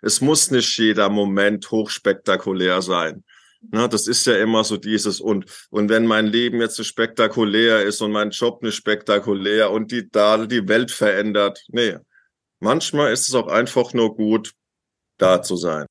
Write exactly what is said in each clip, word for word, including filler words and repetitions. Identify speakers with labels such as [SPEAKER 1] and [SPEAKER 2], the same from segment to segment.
[SPEAKER 1] es muss nicht jeder Moment hochspektakulär sein. Na, das ist ja immer so dieses und und wenn mein Leben jetzt so spektakulär ist und mein Job nicht spektakulär und die da die Welt verändert. Nee, manchmal ist es auch einfach nur gut, da zu sein.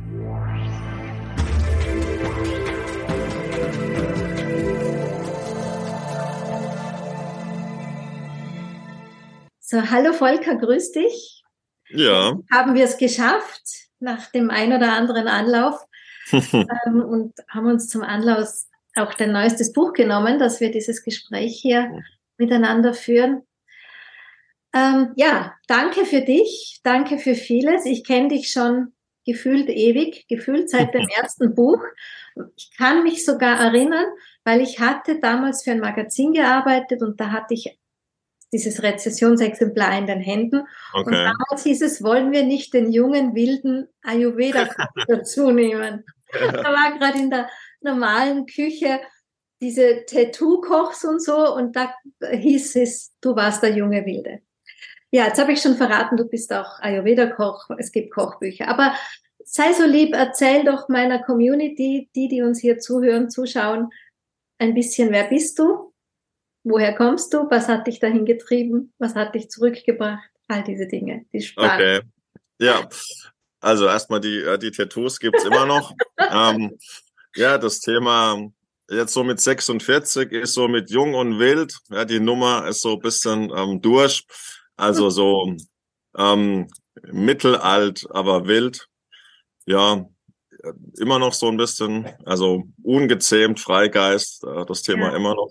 [SPEAKER 2] So, hallo Volker, grüß dich.
[SPEAKER 1] Ja.
[SPEAKER 2] Haben wir es geschafft nach dem ein oder anderen Anlauf ähm, und haben uns zum Anlass auch dein neuestes Buch genommen, dass wir dieses Gespräch hier miteinander führen. Ähm, ja, danke für dich, danke für vieles. Ich kenne dich schon gefühlt ewig, gefühlt seit dem ersten Buch. Ich kann mich sogar erinnern, weil ich hatte damals für ein Magazin gearbeitet und da hatte ich dieses Rezessionsexemplar in den Händen. Okay. Und damals hieß es, wollen wir nicht den jungen, wilden Ayurveda-Koch dazu nehmen. Da war gerade in der normalen Küche diese Tattoo-Kochs und so und da hieß es, du warst der junge Wilde. Ja, jetzt habe ich schon verraten, du bist auch Ayurveda-Koch, es gibt Kochbücher. Aber sei so lieb, erzähl doch meiner Community, die, die uns hier zuhören, zuschauen, ein bisschen, wer bist du? Woher kommst du? Was hat dich dahin getrieben? Was hat dich zurückgebracht? All diese Dinge, die spannend.
[SPEAKER 1] Okay, ja. Also erstmal die, die Tattoos gibt's immer noch. ähm, ja, das Thema jetzt so mit sechsundvierzig ist so mit jung und wild. Ja, die Nummer ist so ein bisschen ähm, durch. Also so ähm, mittelalt, aber wild. Ja, immer noch so ein bisschen, also ungezähmt, Freigeist, äh, das Thema ja. Immer noch.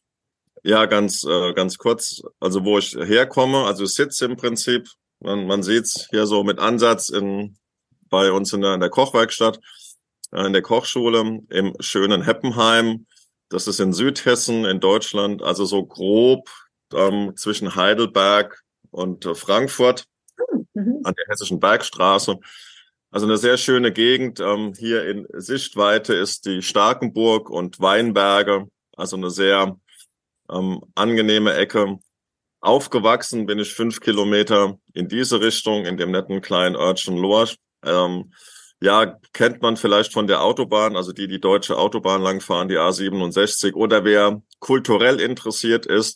[SPEAKER 1] Ja, ganz äh, ganz kurz, also wo ich herkomme, also ich sitze im Prinzip, man, man sieht's hier so mit Ansatz in bei uns in der, in der Kochwerkstatt, äh, in der Kochschule im schönen Heppenheim. Das ist in Südhessen, in Deutschland, also so grob ähm, zwischen Heidelberg und äh, Frankfurt mhm. an der Hessischen Bergstraße. Also eine sehr schöne Gegend. Ähm, hier in Sichtweite ist die Starkenburg und Weinberge, also eine sehr Ähm, angenehme Ecke. Aufgewachsen bin ich fünf Kilometer in diese Richtung, in dem netten kleinen Örtchen Lorsch. Ähm, ja, kennt man vielleicht von der Autobahn, also die, die deutsche Autobahn langfahren, die A siebenundsechzig. Oder wer kulturell interessiert ist,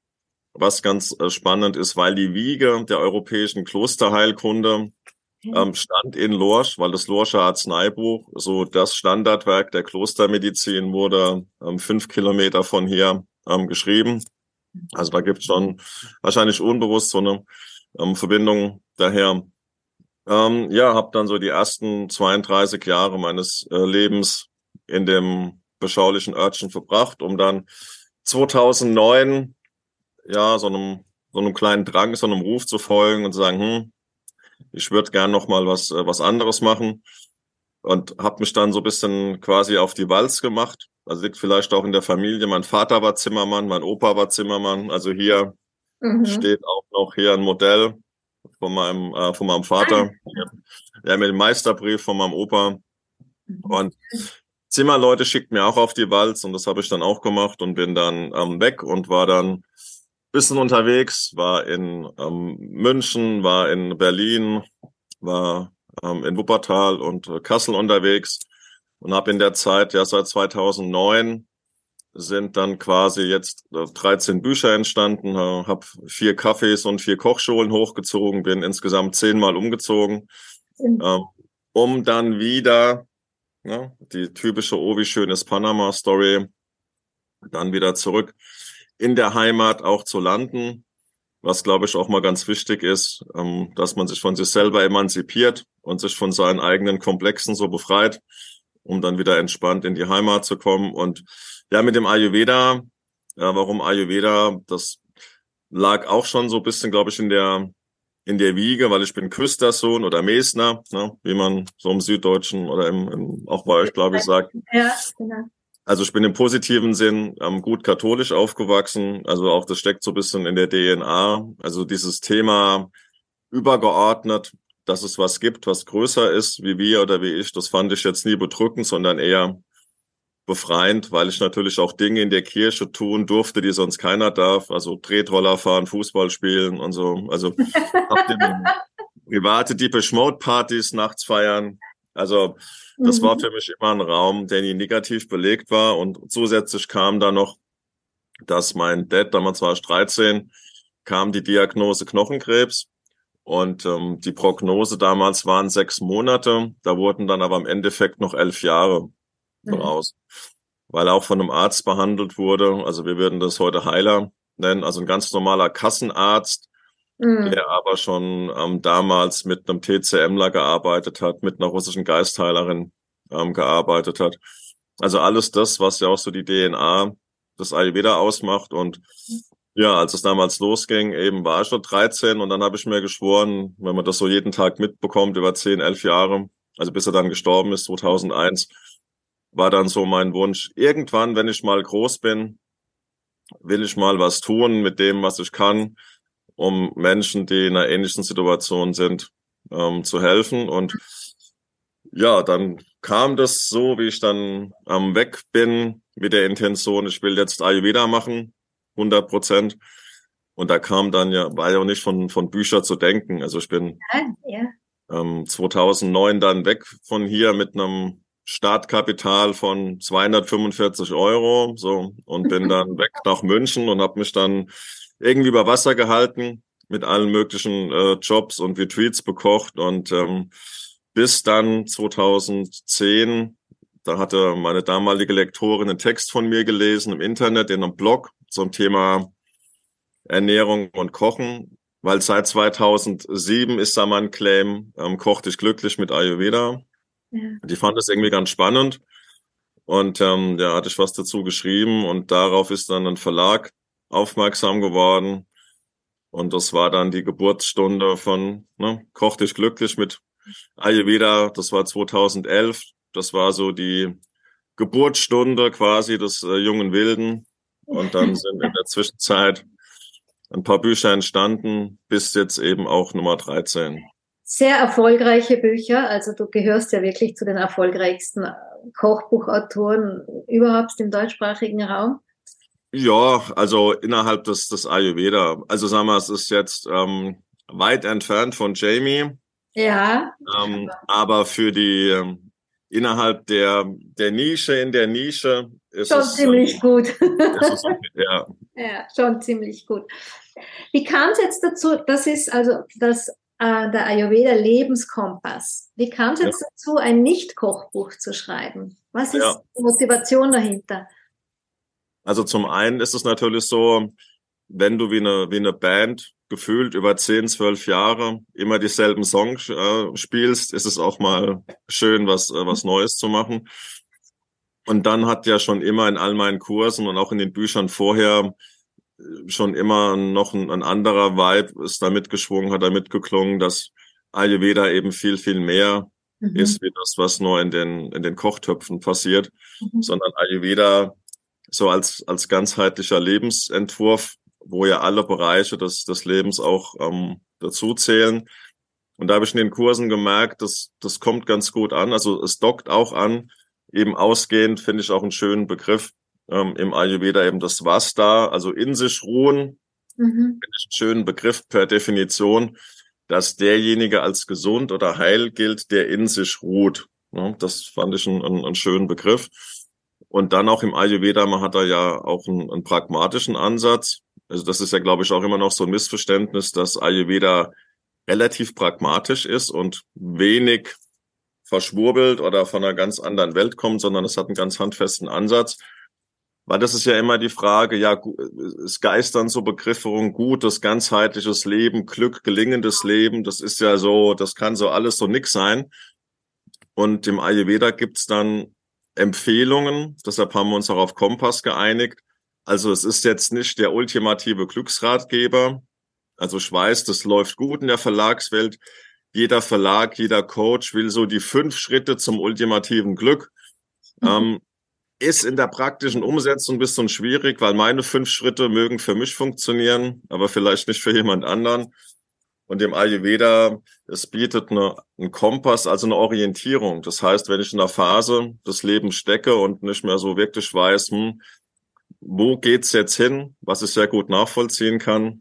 [SPEAKER 1] was ganz äh, spannend ist, weil die Wiege der europäischen Klosterheilkunde ähm, stand in Lorsch, weil das Lorscher Arzneibuch, so das Standardwerk der Klostermedizin, wurde ähm, fünf Kilometer von hier ähm, geschrieben. Also da gibt es schon wahrscheinlich unbewusst so eine ähm, Verbindung daher. Ähm, ja, habe dann so die ersten zweiunddreißig Jahre meines äh, Lebens in dem beschaulichen Örtchen verbracht, um dann zweitausendneun ja so einem so einem kleinen Drang, so einem Ruf zu folgen und zu sagen, hm, ich würde gern noch mal was äh, was anderes machen. Und habe mich dann so ein bisschen quasi auf die Walz gemacht. Also liegt vielleicht auch in der Familie. Mein Vater war Zimmermann, mein Opa war Zimmermann. Also hier mhm. steht auch noch hier ein Modell von meinem äh, von meinem Vater. Ja, mit dem Meisterbrief von meinem Opa. Mhm. Und Zimmerleute schickt mir auch auf die Walz und das habe ich dann auch gemacht und bin dann ähm, weg und war dann bisschen unterwegs, war in ähm, München, war in Berlin, war in Wuppertal und Kassel unterwegs und habe in der Zeit, ja seit zweitausendneun, sind dann quasi jetzt dreizehn Bücher entstanden, habe vier Cafés und vier Kochschulen hochgezogen, bin insgesamt zehnmal umgezogen, mhm. um dann wieder, ja, die typische Oh, wie schön ist Panama-Story, dann wieder zurück in der Heimat auch zu landen. Was, glaube ich, auch mal ganz wichtig ist, ähm, dass man sich von sich selber emanzipiert und sich von seinen eigenen Komplexen so befreit, um dann wieder entspannt in die Heimat zu kommen. Und ja, mit dem Ayurveda, ja, warum Ayurveda, das lag auch schon so ein bisschen, glaube ich, in der in der Wiege, weil ich bin Küsterssohn oder Mesner, ne, wie man so im Süddeutschen oder im, im auch bei euch, glaube ich, sagt. Ja, genau. Also ich bin im positiven Sinn ähm, gut katholisch aufgewachsen, also auch das steckt so ein bisschen in der D N A, also dieses Thema übergeordnet, dass es was gibt, was größer ist wie wir oder wie ich, das fand ich jetzt nie bedrückend, sondern eher befreiend, weil ich natürlich auch Dinge in der Kirche tun durfte, die sonst keiner darf, also Tretroller fahren, Fußball spielen und so, also hab dem private Depeche Mode Partys nachts feiern. Also das
[SPEAKER 2] Mhm.
[SPEAKER 1] war für mich immer ein Raum, der nie negativ belegt war. Und zusätzlich kam da noch, dass mein Dad, damals war ich dreizehn, kam die Diagnose Knochenkrebs. Und ähm, die Prognose damals waren sechs Monate. Da wurden dann aber im Endeffekt noch elf Jahre
[SPEAKER 2] Mhm.
[SPEAKER 1] daraus, weil er auch von einem Arzt behandelt wurde. Also wir würden das heute Heiler nennen, also ein ganz normaler Kassenarzt,
[SPEAKER 2] Mhm.
[SPEAKER 1] der aber schon ähm, damals mit einem TCMler gearbeitet hat, mit einer russischen Geistheilerin ähm, gearbeitet hat. Also alles das, was ja auch so die D N A des Ayurveda ausmacht. Und ja, als es damals losging, eben war ich schon dreizehn und dann habe ich mir geschworen, wenn man das so jeden Tag mitbekommt, über zehn, elf Jahre, also bis er dann gestorben ist, zweitausendeins, war dann so mein Wunsch, irgendwann, wenn ich mal groß bin, will ich mal was tun mit dem, was ich kann, um Menschen, die in einer ähnlichen Situation sind, ähm, zu helfen. Und ja, dann kam das so, wie ich dann am Weg bin, mit der Intention, ich will jetzt Ayurveda machen, hundert Prozent. Und da kam dann ja, war ja auch nicht von, von Büchern zu denken. Also ich bin
[SPEAKER 2] Ah, ja.
[SPEAKER 1] ähm, zweitausendneun dann weg von hier mit einem Startkapital von zweihundertfünfundvierzig Euro, so, und bin dann weg nach München und habe mich dann irgendwie über Wasser gehalten, mit allen möglichen äh, Jobs und Retreats bekocht und ähm, bis dann zweitausendzehn, da hatte meine damalige Lektorin einen Text von mir gelesen im Internet, in einem Blog zum Thema Ernährung und Kochen, weil seit zweitausendsieben ist da mein Claim, ähm, koch dich glücklich mit Ayurveda.
[SPEAKER 2] Ja.
[SPEAKER 1] Die fand das irgendwie ganz spannend und ähm, ja, hatte ich was dazu geschrieben und darauf ist dann ein Verlag aufmerksam geworden und das war dann die Geburtsstunde von ne, Koch dich glücklich mit Ayurveda. Das war zweitausendelf. Das war so die Geburtsstunde quasi des äh, jungen Wilden und dann sind in der Zwischenzeit ein paar Bücher entstanden, bis jetzt eben auch Nummer dreizehn.
[SPEAKER 2] Sehr erfolgreiche Bücher. Also du gehörst ja wirklich zu den erfolgreichsten Kochbuchautoren überhaupt im deutschsprachigen Raum.
[SPEAKER 1] Ja, also innerhalb des, des Ayurveda. Also sagen wir, es ist jetzt ähm, weit entfernt von Jamie,
[SPEAKER 2] Ja,
[SPEAKER 1] ähm, aber für die ähm, innerhalb der der Nische in der Nische ist
[SPEAKER 2] schon
[SPEAKER 1] es
[SPEAKER 2] ziemlich
[SPEAKER 1] ähm,
[SPEAKER 2] gut.
[SPEAKER 1] ist es okay. Ja,
[SPEAKER 2] Ja, schon ziemlich gut. Wie kam es jetzt dazu? Das ist also das, äh, der Ayurveda Lebenskompass. Wie kam es
[SPEAKER 1] ja,
[SPEAKER 2] jetzt dazu, ein Nicht-Kochbuch zu schreiben? Was ist
[SPEAKER 1] ja.
[SPEAKER 2] die Motivation dahinter?
[SPEAKER 1] Also zum einen ist es natürlich so, wenn du wie eine wie eine Band gefühlt über zehn, zwölf Jahre immer dieselben Songs äh, spielst, ist es auch mal schön, was äh, was Neues zu machen. Und dann hat ja schon immer in all meinen Kursen und auch in den Büchern vorher schon immer noch ein, ein anderer Vibe ist da mitgeschwungen, hat da mitgeklungen, dass Ayurveda eben viel, viel mehr
[SPEAKER 2] Mhm.
[SPEAKER 1] ist, wie das, was nur in den, in den Kochtöpfen passiert,
[SPEAKER 2] Mhm.
[SPEAKER 1] sondern Ayurveda so als, als ganzheitlicher Lebensentwurf, wo ja alle Bereiche des, des Lebens auch ähm, dazu zählen. Und da habe ich in den Kursen gemerkt, dass das kommt ganz gut an. Also es dockt auch an, eben ausgehend finde ich auch einen schönen Begriff ähm, im Ayurveda eben das Vasta, also in sich ruhen,
[SPEAKER 2] Mhm.
[SPEAKER 1] finde ich einen schönen Begriff per Definition, dass derjenige als gesund oder heil gilt, der in sich ruht. Ja, das fand ich einen, einen, einen schönen Begriff. Und dann auch im Ayurveda, man hat da ja auch einen, einen pragmatischen Ansatz. Also das ist ja, glaube ich, auch immer noch so ein Missverständnis, dass Ayurveda relativ pragmatisch ist und wenig verschwurbelt oder von einer ganz anderen Welt kommt, sondern es hat einen ganz handfesten Ansatz. Weil das ist ja immer die Frage, ja, es geistern so Begriffe um gutes, ganzheitliches Leben, Glück, gelingendes Leben. Das ist ja so, das kann so alles so nix sein. Und im Ayurveda gibt's dann Empfehlungen, deshalb haben wir uns auch auf Kompass geeinigt. Also es ist jetzt nicht der ultimative Glücksratgeber. Also ich weiß, das läuft gut in der Verlagswelt. Jeder Verlag, jeder Coach will so die fünf Schritte zum ultimativen Glück.
[SPEAKER 2] Mhm.
[SPEAKER 1] Ähm, ist in der praktischen Umsetzung ein bisschen schwierig, weil meine fünf Schritte mögen für mich funktionieren, aber vielleicht nicht für jemand anderen. Und im Ayurveda, es bietet eine, einen Kompass, also eine Orientierung. Das heißt, wenn ich in einer Phase des Lebens stecke und nicht mehr so wirklich weiß, hm, wo geht's jetzt hin, was ich sehr gut nachvollziehen kann,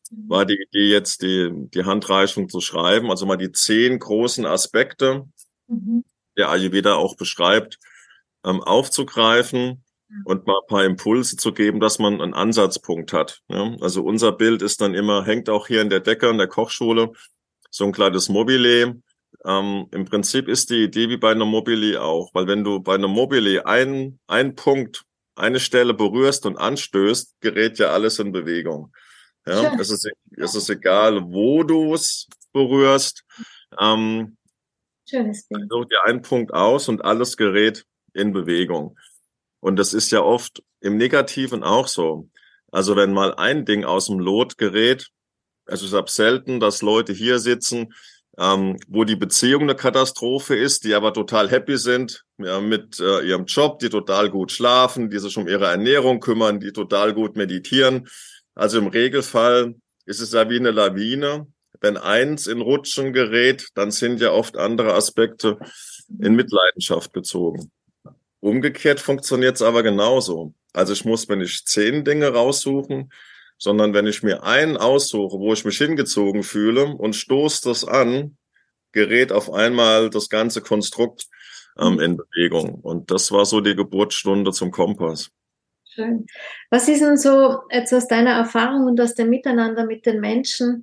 [SPEAKER 1] war die Idee jetzt, die, die Handreichung zu schreiben. Also mal die zehn großen Aspekte,
[SPEAKER 2] Mhm.
[SPEAKER 1] der Ayurveda auch beschreibt, ähm, aufzugreifen und mal ein paar Impulse zu geben, dass man einen Ansatzpunkt hat. Ja? Also unser Bild ist dann immer, hängt auch hier in der Decke in der Kochschule, so ein kleines Mobile. Ähm, im Prinzip ist die Idee wie bei einer Mobile auch, weil wenn du bei einer Mobile einen, einen Punkt, eine Stelle berührst und anstößt, gerät ja alles in Bewegung. Ja,
[SPEAKER 2] Schön.
[SPEAKER 1] es ist, es ist egal, wo du es berührst. Ähm,
[SPEAKER 2] Schönes Bild.
[SPEAKER 1] such dir einen Punkt aus und alles gerät in Bewegung. Und das ist ja oft im Negativen auch so. Also wenn mal ein Ding aus dem Lot gerät, also ich habe selten, dass Leute hier sitzen, ähm, wo die Beziehung eine Katastrophe ist, die aber total happy sind ja, mit äh, ihrem Job, die total gut schlafen, die sich um ihre Ernährung kümmern, die total gut meditieren. Also im Regelfall ist es ja wie eine Lawine. Wenn eins in Rutschen gerät, dann sind ja oft andere Aspekte in Mitleidenschaft gezogen. Umgekehrt funktioniert es aber genauso. Also ich muss mir nicht zehn Dinge raussuchen, sondern wenn ich mir einen aussuche, wo ich mich hingezogen fühle und stoße das an, gerät auf einmal das ganze Konstrukt ähm, in Bewegung. Und das war so die Geburtsstunde zum Kompass.
[SPEAKER 2] Schön. Was ist denn so jetzt aus deiner Erfahrung und aus dem Miteinander mit den Menschen,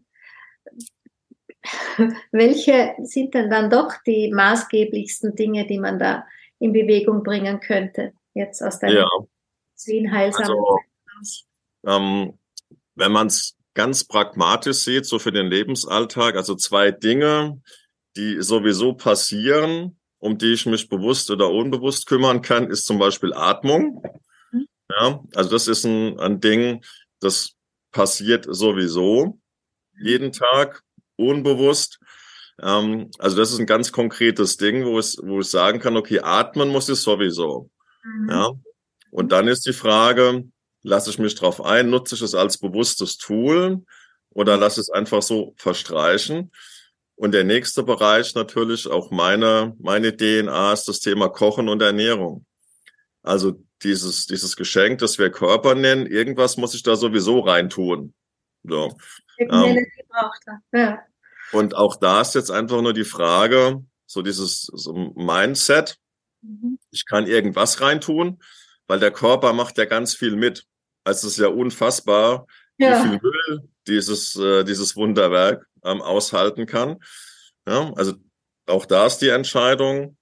[SPEAKER 2] welche sind denn dann doch die maßgeblichsten Dinge, die man da in Bewegung bringen könnte, jetzt aus
[SPEAKER 1] Ja,
[SPEAKER 2] deiner zehn heilsamen
[SPEAKER 1] also
[SPEAKER 2] Zeit aus?
[SPEAKER 1] ähm, wenn man es ganz pragmatisch sieht, so für den Lebensalltag, also zwei Dinge, die sowieso passieren, um die ich mich bewusst oder unbewusst kümmern kann, ist zum Beispiel Atmung. Ja, also das ist ein, ein Ding, das passiert sowieso jeden Tag, unbewusst. Ähm, also das ist ein ganz konkretes Ding, wo ich, wo ich sagen kann, okay, atmen muss ich sowieso.
[SPEAKER 2] Mhm.
[SPEAKER 1] Ja, und dann ist die Frage, lasse ich mich drauf ein, nutze ich es als bewusstes Tool oder lasse es einfach so verstreichen? Und der nächste Bereich natürlich, auch meine, meine D N A ist das Thema Kochen und Ernährung. Also dieses, dieses Geschenk, das wir Körper nennen, irgendwas muss ich da sowieso reintun. So.
[SPEAKER 2] Irgendeine
[SPEAKER 1] Ähm,
[SPEAKER 2] Energie braucht er. Ja.
[SPEAKER 1] und auch da ist jetzt einfach nur die Frage, so dieses so Mindset,
[SPEAKER 2] Mhm.
[SPEAKER 1] ich kann irgendwas reintun, weil der Körper macht ja ganz viel mit. Also es ist ja unfassbar, wie viel
[SPEAKER 2] Ja.
[SPEAKER 1] Müll dieses, äh, dieses Wunderwerk ähm, aushalten kann. Ja, also auch da ist die Entscheidung,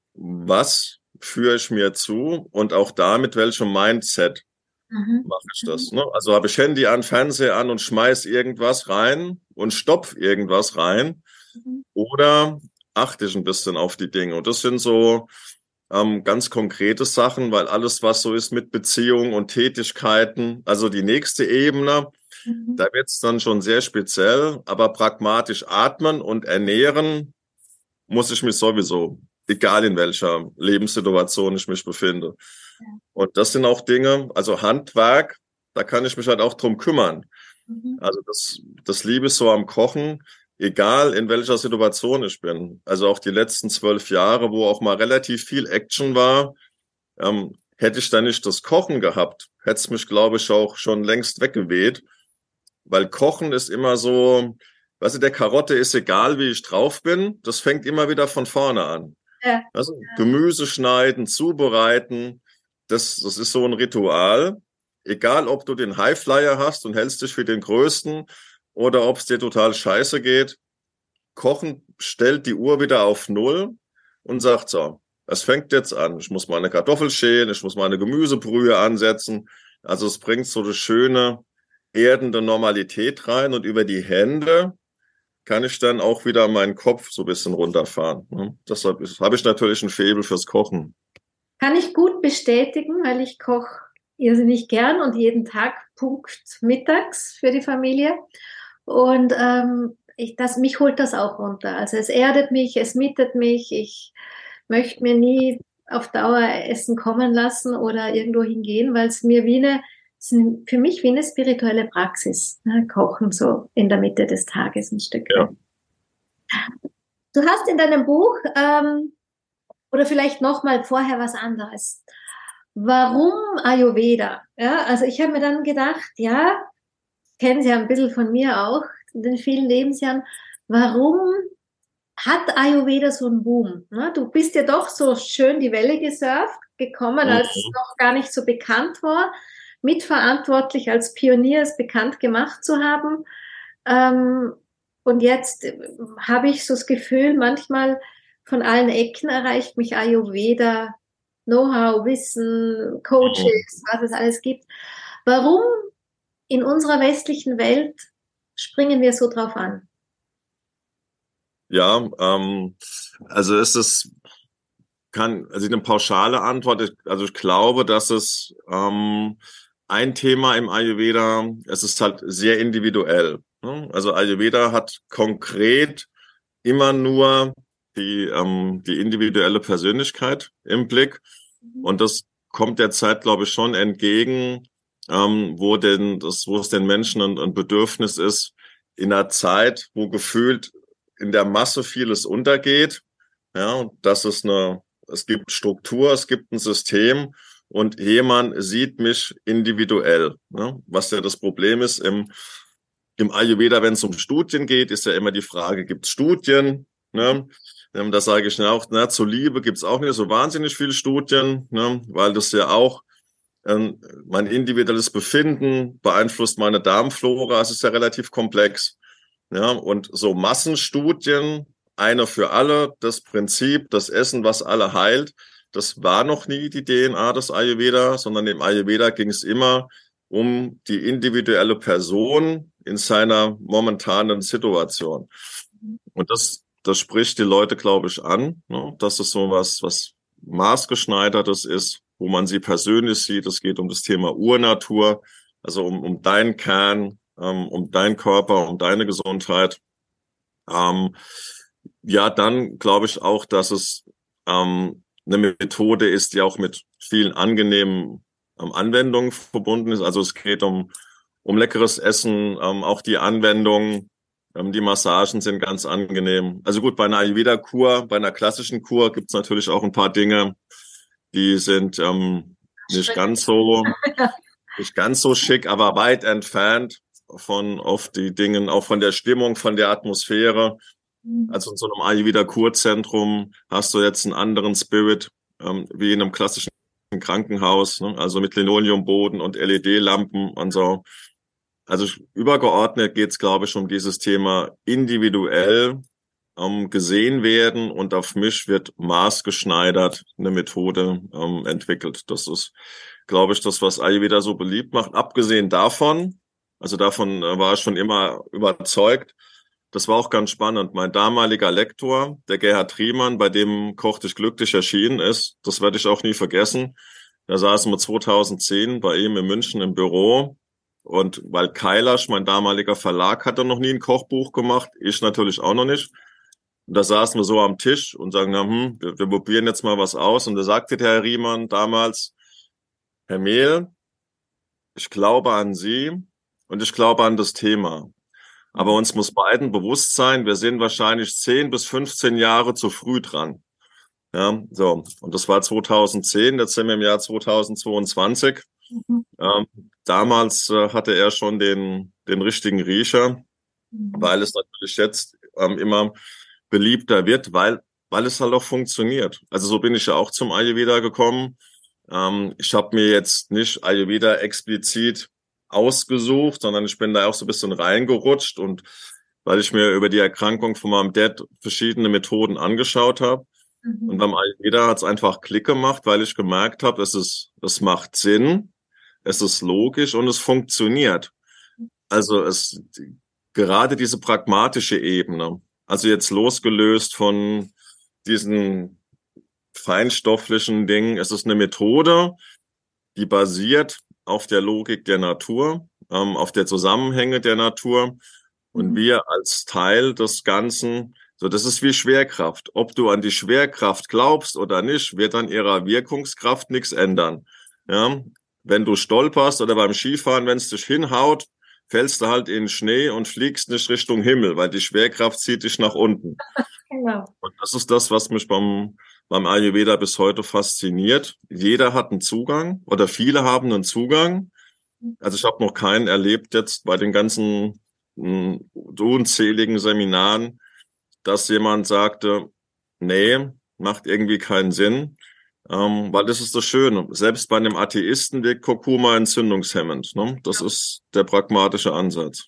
[SPEAKER 1] was führe ich mir zu und auch da mit welchem Mindset
[SPEAKER 2] Mhm.
[SPEAKER 1] mache ich
[SPEAKER 2] Mhm.
[SPEAKER 1] das. Ne? Also habe ich Handy an, Fernseher an und schmeiß irgendwas rein und stopf irgendwas rein
[SPEAKER 2] Mhm.
[SPEAKER 1] oder achte ich ein bisschen auf die Dinge. Und das sind so ähm, ganz konkrete Sachen, weil alles, was so ist mit Beziehungen und Tätigkeiten, also die nächste Ebene,
[SPEAKER 2] Mhm.
[SPEAKER 1] da wird es dann schon sehr speziell, aber pragmatisch atmen und ernähren muss ich mich sowieso, egal in welcher Lebenssituation ich mich befinde. Und das sind auch Dinge, also Handwerk, da kann ich mich halt auch drum kümmern.
[SPEAKER 2] Mhm.
[SPEAKER 1] Also das, das liebe ich so am Kochen, egal in welcher Situation ich bin. Also auch die letzten zwölf Jahre, wo auch mal relativ viel Action war, ähm, hätte ich da nicht das Kochen gehabt, hätte es mich, glaube ich, auch schon längst weggeweht. Weil Kochen ist immer so, weißt du, der Karotte ist egal, wie ich drauf bin, das fängt immer wieder von vorne an.
[SPEAKER 2] Ja.
[SPEAKER 1] Also Gemüse schneiden, zubereiten, das, das ist so ein Ritual. Egal, ob du den Highflyer hast und hältst dich für den Größten oder ob es dir total scheiße geht, Kochen stellt die Uhr wieder auf Null und sagt so, es fängt jetzt an. Ich muss meine Kartoffel schälen, ich muss meine Gemüsebrühe ansetzen. Also es bringt so eine schöne, erdende Normalität rein und über die Hände kann ich dann auch wieder meinen Kopf so ein bisschen runterfahren. Ne? Deshalb habe ich natürlich ein Faible fürs Kochen.
[SPEAKER 2] Kann ich gut bestätigen, weil ich koche irrsinnig gern und jeden Tag Punkt mittags für die Familie. Und ähm, ich, das, mich holt das auch runter. Also es erdet mich, es mietet mich. Ich möchte mir nie auf Dauer Essen kommen lassen oder irgendwo hingehen, weil es mir wie eine, es ist für mich wie eine spirituelle Praxis, ne? Kochen so in der Mitte des Tages ein Stück
[SPEAKER 1] Ja.
[SPEAKER 2] weit. Du hast in deinem Buch ähm, oder vielleicht noch mal vorher was anderes. Warum Ayurveda? Ja, also ich habe mir dann gedacht, ja, kennen Sie ja ein bisschen von mir auch, in den vielen Lebensjahren, warum hat Ayurveda so einen Boom? Ne? Du bist ja doch so schön die Welle gesurft, gekommen, als es
[SPEAKER 1] Mhm.
[SPEAKER 2] noch gar nicht so bekannt war, mitverantwortlich als Pionier es bekannt gemacht zu haben. Ähm, und jetzt habe ich so das Gefühl, manchmal von allen Ecken erreicht mich Ayurveda, Know-how, Wissen,
[SPEAKER 1] Mhm.
[SPEAKER 2] Coaches, was es alles gibt. Warum in unserer westlichen Welt springen wir so drauf an?
[SPEAKER 1] Ja, ähm, also es ist kann, also eine pauschale Antwort. Ich, also ich glaube, dass es ähm, ein Thema im Ayurveda, es ist halt sehr individuell. Ne? Also Ayurveda hat konkret immer nur die, ähm, die individuelle Persönlichkeit im Blick. Und das kommt der Zeit, glaube ich, schon entgegen, ähm, wo denn das, wo es den Menschen ein, ein Bedürfnis ist, in einer Zeit, wo gefühlt in der Masse vieles untergeht. Ja, dass es eine, es gibt Struktur, es gibt ein System und jemand sieht mich individuell. Ne? Was ja das Problem ist im, im Ayurveda, wenn es um Studien geht, ist ja immer die Frage, gibt es Studien? Ne? Ähm, Da sage ich auch, na, zur Liebe gibt es auch nicht so wahnsinnig viele Studien, ne? Weil das ja auch ähm, mein individuelles Befinden beeinflusst meine Darmflora. Es ist ja relativ komplex. Ja, und so Massenstudien, eine für alle, das Prinzip, das Essen, was alle heilt, das war noch nie die D N A des Ayurveda, sondern im Ayurveda ging es immer um die individuelle Person in seiner momentanen Situation. Und das, das spricht die Leute, glaube ich, an, ne? Dass es so was, was maßgeschneidertes ist, wo man sie persönlich sieht. Es geht um das Thema Urnatur, also um, um deinen Kern, ähm, um deinen Körper, um deine Gesundheit. Ähm, ja, dann glaube ich auch, dass es ähm, eine Methode ist, die auch mit vielen angenehmen ähm, Anwendungen verbunden ist. Also es geht um, um leckeres Essen, ähm, auch die Anwendungen, ähm, die Massagen sind ganz angenehm. Also gut, bei einer Ayurveda-Kur, bei einer klassischen Kur gibt's natürlich auch ein paar Dinge, die sind ähm, nicht ganz so, nicht ganz so schick, aber weit entfernt von oft die Dingen, auch von der Stimmung, von der Atmosphäre. Also in so einem Ayurveda-Kurzentrum hast du jetzt einen anderen Spirit, ähm, wie in einem klassischen Krankenhaus, ne? Also mit Linoleumboden und L E D-Lampen und so. Also übergeordnet geht es, glaube ich, um dieses Thema individuell ähm, gesehen werden und auf mich wird maßgeschneidert eine Methode ähm, entwickelt. Das ist, glaube ich, das, was Ayurveda so beliebt macht. Abgesehen davon, also davon äh, war ich schon immer überzeugt. Das war auch ganz spannend. Mein damaliger Lektor, der Gerhard Riemann, bei dem Koch dich glücklich erschienen ist, das werde ich auch nie vergessen. Da saßen wir zweitausendzehn bei ihm in München im Büro. Und weil Kailash, mein damaliger Verlag, hatte noch nie ein Kochbuch gemacht, ich natürlich auch noch nicht. Und da saßen wir so am Tisch und sagen, na, hm, wir, wir probieren jetzt mal was aus. Und da sagte der Herr Riemann damals, Herr Mehl, ich glaube an Sie und ich glaube an das Thema. Aber uns muss beiden bewusst sein, wir sind wahrscheinlich zehn bis fünfzehn Jahre zu früh dran. Ja, so. Und das war zweitausendzehn, jetzt sind wir im Jahr zweitausendzweiundzwanzig.
[SPEAKER 2] Mhm.
[SPEAKER 1] Ähm, damals äh, hatte er schon den, den richtigen Riecher,
[SPEAKER 2] Mhm.
[SPEAKER 1] weil es natürlich jetzt ähm, immer beliebter wird, weil, weil es halt auch funktioniert. Also so bin ich ja auch zum Ayurveda gekommen. Ähm, ich habe mir jetzt nicht Ayurveda explizit ausgesucht, sondern ich bin da auch so ein bisschen reingerutscht und weil ich mir über die Erkrankung von meinem Dad verschiedene Methoden angeschaut habe. Und
[SPEAKER 2] Mhm.
[SPEAKER 1] beim Ayurveda hat es einfach Klick gemacht, weil ich gemerkt habe, es ist, es macht Sinn, es ist logisch und es funktioniert. Also es gerade diese pragmatische Ebene, also jetzt losgelöst von diesen feinstofflichen Dingen, es ist eine Methode, die basiert auf der Logik der Natur, ähm, auf der Zusammenhänge der Natur. Und
[SPEAKER 2] Mhm.
[SPEAKER 1] wir als Teil des Ganzen, so das ist wie Schwerkraft. Ob du an die Schwerkraft glaubst oder nicht, wird an ihrer Wirkungskraft nichts ändern. Ja, wenn du stolperst oder beim Skifahren, wenn es dich hinhaut, fällst du halt in den Schnee und fliegst nicht Richtung Himmel, weil die Schwerkraft zieht dich nach unten.
[SPEAKER 2] Genau.
[SPEAKER 1] Und das ist das, was mich beim, beim Ayurveda bis heute fasziniert. Jeder hat einen Zugang oder viele haben einen Zugang Also ich habe noch keinen erlebt jetzt bei den ganzen mh, unzähligen Seminaren, dass jemand sagte, nee, macht irgendwie keinen Sinn. Ähm, weil das ist das Schöne. Selbst bei einem Atheisten wirkt Kurkuma entzündungshemmend. Ne? Das ist der pragmatische Ansatz.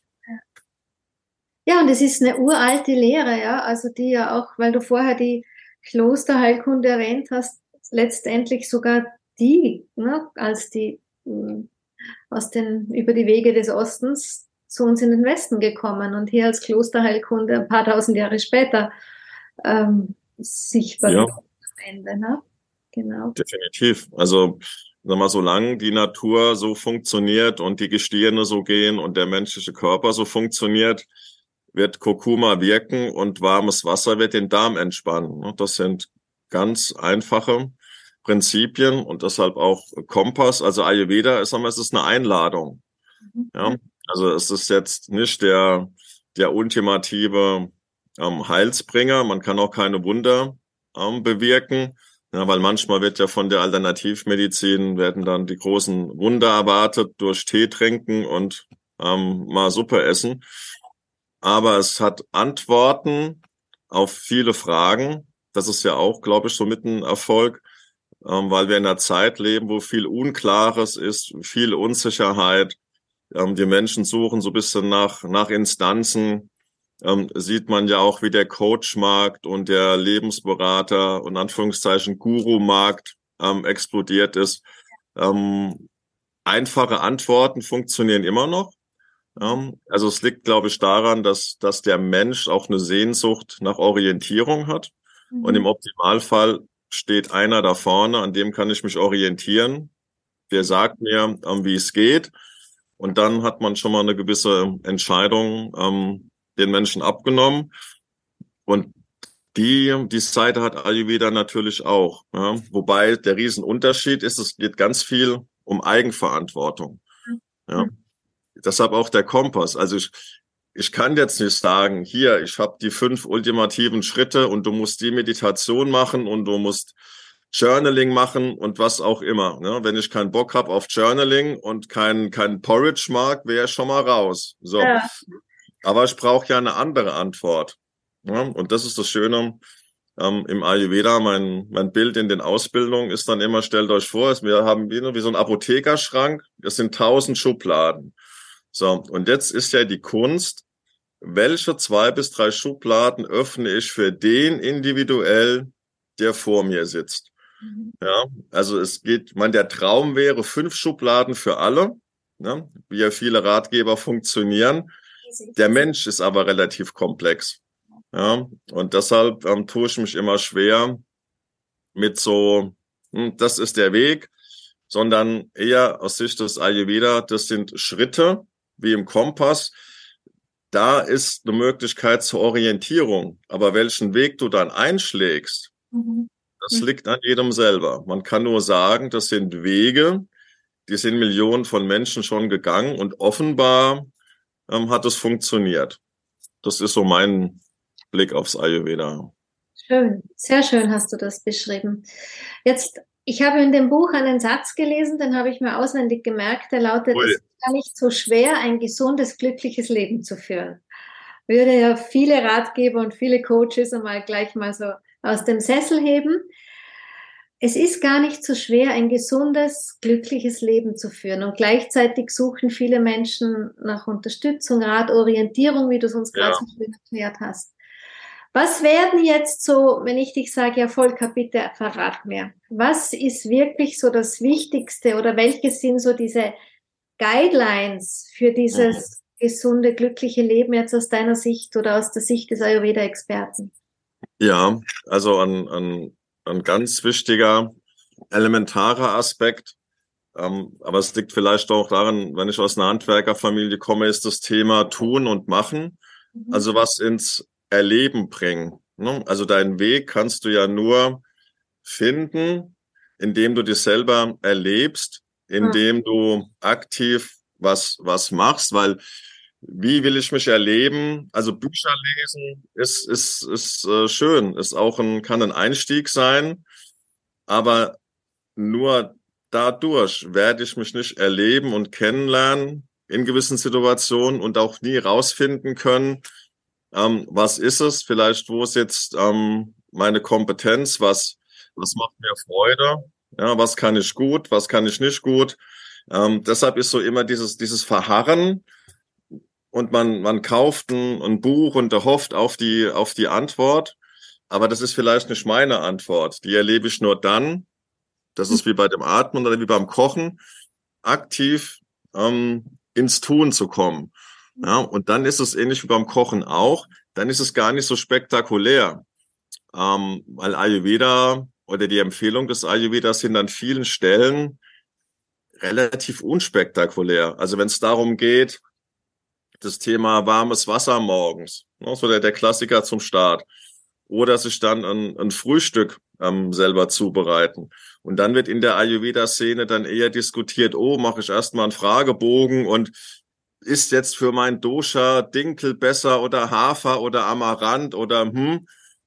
[SPEAKER 2] Ja, und es ist eine uralte Lehre, ja, also die ja auch, weil du vorher die Klosterheilkunde erwähnt hast, letztendlich sogar die, ne, als die mh, aus den, über die Wege des Ostens zu uns in den Westen gekommen und hier als Klosterheilkunde ein paar tausend Jahre später ähm, sichtbar
[SPEAKER 1] Ja,
[SPEAKER 2] geworden am Ende, ne? Genau.
[SPEAKER 1] definitiv. Also, sag mal, solange die Natur so funktioniert und die Gestirne so gehen und der menschliche Körper so funktioniert, wird Kurkuma wirken und warmes Wasser wird den Darm entspannen. Ne? Das sind ganz einfache Prinzipien und deshalb auch Kompass. Also Ayurveda ist, sagen wir, es ist eine Einladung. Ja, also es ist jetzt nicht der, der ultimative ähm, Heilsbringer. Man kann auch keine Wunder ähm, bewirken. Ja, weil manchmal wird ja von der Alternativmedizin werden dann die großen Wunder erwartet durch Tee trinken und ähm, mal Suppe essen. Aber es hat Antworten auf viele Fragen. Das ist ja auch, glaube ich, so mit ein Erfolg, ähm, weil wir in einer Zeit leben, wo viel Unklares ist, viel Unsicherheit. Ähm, die Menschen suchen so ein bisschen nach, nach Instanzen. Ähm, sieht man ja auch, wie der Coachmarkt und der Lebensberater und Anführungszeichen Guru-Markt ähm, explodiert ist. Ähm, einfache Antworten funktionieren immer noch. Ähm, also es liegt, glaube ich, daran, dass, dass der Mensch auch eine Sehnsucht nach Orientierung hat. Und im
[SPEAKER 2] Mhm.
[SPEAKER 1] Optimalfall steht einer da vorne, an dem kann ich mich orientieren. Der sagt mir, ähm, wie es geht. Und dann hat man schon mal eine gewisse Entscheidung ähm, den Menschen abgenommen. Und die, die Seite hat Ayurveda natürlich auch. Ja? Wobei der Riesenunterschied ist, es geht ganz viel um Eigenverantwortung. Ja?
[SPEAKER 2] Mhm.
[SPEAKER 1] Deshalb auch der Kompass. Also ich, ich kann jetzt nicht sagen, hier, ich habe die fünf ultimativen Schritte und du musst die Meditation machen und du musst Journaling machen und was auch immer. Ne? Wenn ich keinen Bock habe auf Journaling und kein, kein Porridge mag, wäre ich schon mal raus. So.
[SPEAKER 2] Ja.
[SPEAKER 1] Aber ich brauche ja eine andere Antwort. Ja? Und das ist das Schöne ähm, im Ayurveda. Mein, mein Bild in den Ausbildungen ist dann immer, stellt euch vor, wir haben wie, wie so einen Apothekerschrank, das sind tausend Schubladen. So, und jetzt ist ja die Kunst, welche zwei bis drei Schubladen öffne ich für den individuell, der vor mir sitzt.
[SPEAKER 2] Mhm.
[SPEAKER 1] Ja, also es geht, man, der Traum wäre fünf Schubladen für alle, ne, wie ja viele Ratgeber funktionieren. Der Mensch ist aber relativ komplex. Ja, und deshalb ähm, tue ich mich immer schwer mit so, hm, das ist der Weg, sondern eher aus Sicht des Ayurveda, das sind Schritte, wie im Kompass. Da ist eine Möglichkeit zur Orientierung. Aber welchen Weg du dann einschlägst,
[SPEAKER 2] Mhm.
[SPEAKER 1] das liegt an jedem selber. Man kann nur sagen, das sind Wege, die sind Millionen von Menschen schon gegangen und offenbar ähm, hat es funktioniert. Das ist so mein Blick aufs Ayurveda.
[SPEAKER 2] Schön, sehr schön hast du das beschrieben. Jetzt, ich habe in dem Buch einen Satz gelesen, den habe ich mir auswendig gemerkt, der lautet, es
[SPEAKER 1] Ui.
[SPEAKER 2] ist gar nicht so schwer, ein gesundes, glückliches Leben zu führen. Würde ja viele Ratgeber und viele Coaches einmal gleich mal so aus dem Sessel heben. Es ist gar nicht so schwer, ein gesundes, glückliches Leben zu führen. Und gleichzeitig suchen viele Menschen nach Unterstützung, Rat, Orientierung, wie du es uns gerade
[SPEAKER 1] Ja,
[SPEAKER 2] so schön erklärt hast. Was werden jetzt so, wenn ich dich sage, ja, Volker, bitte verrat mir. Was ist wirklich so das Wichtigste oder welche sind so diese Guidelines für
[SPEAKER 1] mhm.
[SPEAKER 2] dieses gesunde, glückliche Leben jetzt aus deiner Sicht oder aus der Sicht des Ayurveda-Experten?
[SPEAKER 1] Ja, also ein, ein, ein ganz wichtiger, elementarer Aspekt. Ähm, aber es liegt vielleicht auch daran, wenn ich aus einer Handwerkerfamilie komme, ist das Thema Tun und Machen.
[SPEAKER 2] Mhm.
[SPEAKER 1] Also was ins Erleben bringen. Ne? Also deinen Weg kannst du ja nur finden, indem du dich selber erlebst,
[SPEAKER 2] Mhm.
[SPEAKER 1] indem du aktiv was, was machst, weil wie will ich mich erleben? Also Bücher lesen ist, ist, ist äh, schön, ist auch ein, kann ein Einstieg sein, aber nur dadurch werde ich mich nicht erleben und kennenlernen in gewissen Situationen und auch nie rausfinden können, ähm, was ist es, vielleicht wo ist jetzt ähm, meine Kompetenz, was, was macht mir Freude, ja, was kann ich gut, was kann ich nicht gut. Ähm, deshalb ist so immer dieses, dieses Verharren und man, man kauft ein, ein Buch und hofft auf die, auf die Antwort, aber das ist vielleicht nicht meine Antwort. Die erlebe ich nur dann, das ist wie bei dem Atmen oder wie beim Kochen, aktiv ähm, ins Tun zu kommen. Ja, und dann ist es ähnlich wie beim Kochen auch, dann ist es gar nicht so spektakulär, ähm, weil Ayurveda oder die Empfehlung des Ayurvedas sind an vielen Stellen relativ unspektakulär. Also wenn es darum geht, das Thema warmes Wasser morgens, ne, so der, der Klassiker zum Start, oder sich dann ein, ein Frühstück ähm, selber zubereiten. Und dann wird in der Ayurveda-Szene dann eher diskutiert, oh, mache ich erstmal einen Fragebogen und ist jetzt für mein Dosha Dinkel besser oder Hafer oder Amaranth oder hm?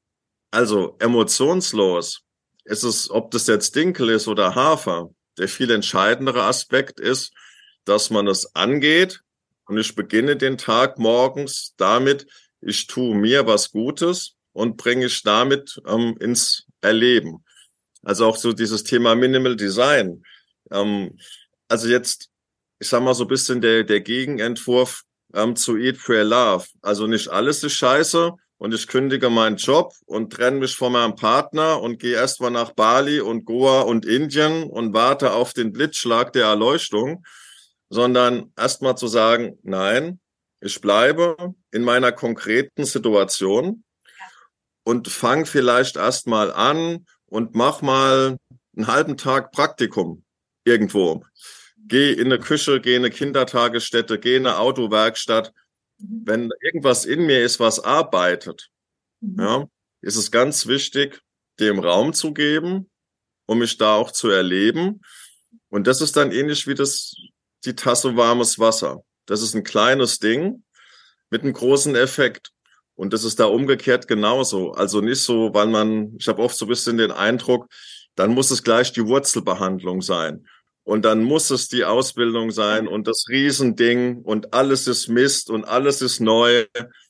[SPEAKER 1] Also emotionslos ist es, ob das jetzt Dinkel ist oder Hafer. Der viel entscheidendere Aspekt ist, dass man es angeht und ich beginne den Tag morgens damit, ich tue mir was Gutes und bringe ich damit ähm, ins Erleben. Also auch so dieses Thema Minimal Design. Ähm, also jetzt, ich sag mal so ein bisschen der, der Gegenentwurf ähm, zu Eat, Pray, Love. Also nicht alles ist scheiße und ich kündige meinen Job und trenne mich von meinem Partner und gehe erstmal nach Bali und Goa und Indien und warte auf den Blitzschlag der Erleuchtung, sondern erstmal zu sagen, nein, ich bleibe in meiner konkreten Situation und fang vielleicht erstmal an und mach mal einen halben Tag Praktikum irgendwo. Geh in eine Küche, geh in eine Kindertagesstätte, geh in eine Autowerkstatt. Wenn irgendwas in mir ist, was arbeitet, ja, ist es ganz wichtig, dem Raum zu geben, um mich da auch zu erleben. Und das ist dann ähnlich wie das, die Tasse warmes Wasser. Das ist ein kleines Ding mit einem großen Effekt. Und das ist da umgekehrt genauso. Also nicht so, weil man, ich habe oft so ein bisschen den Eindruck, dann muss es gleich die Wurzelbehandlung sein. Und dann muss es die Ausbildung sein und das Riesending und alles ist Mist und alles ist neu.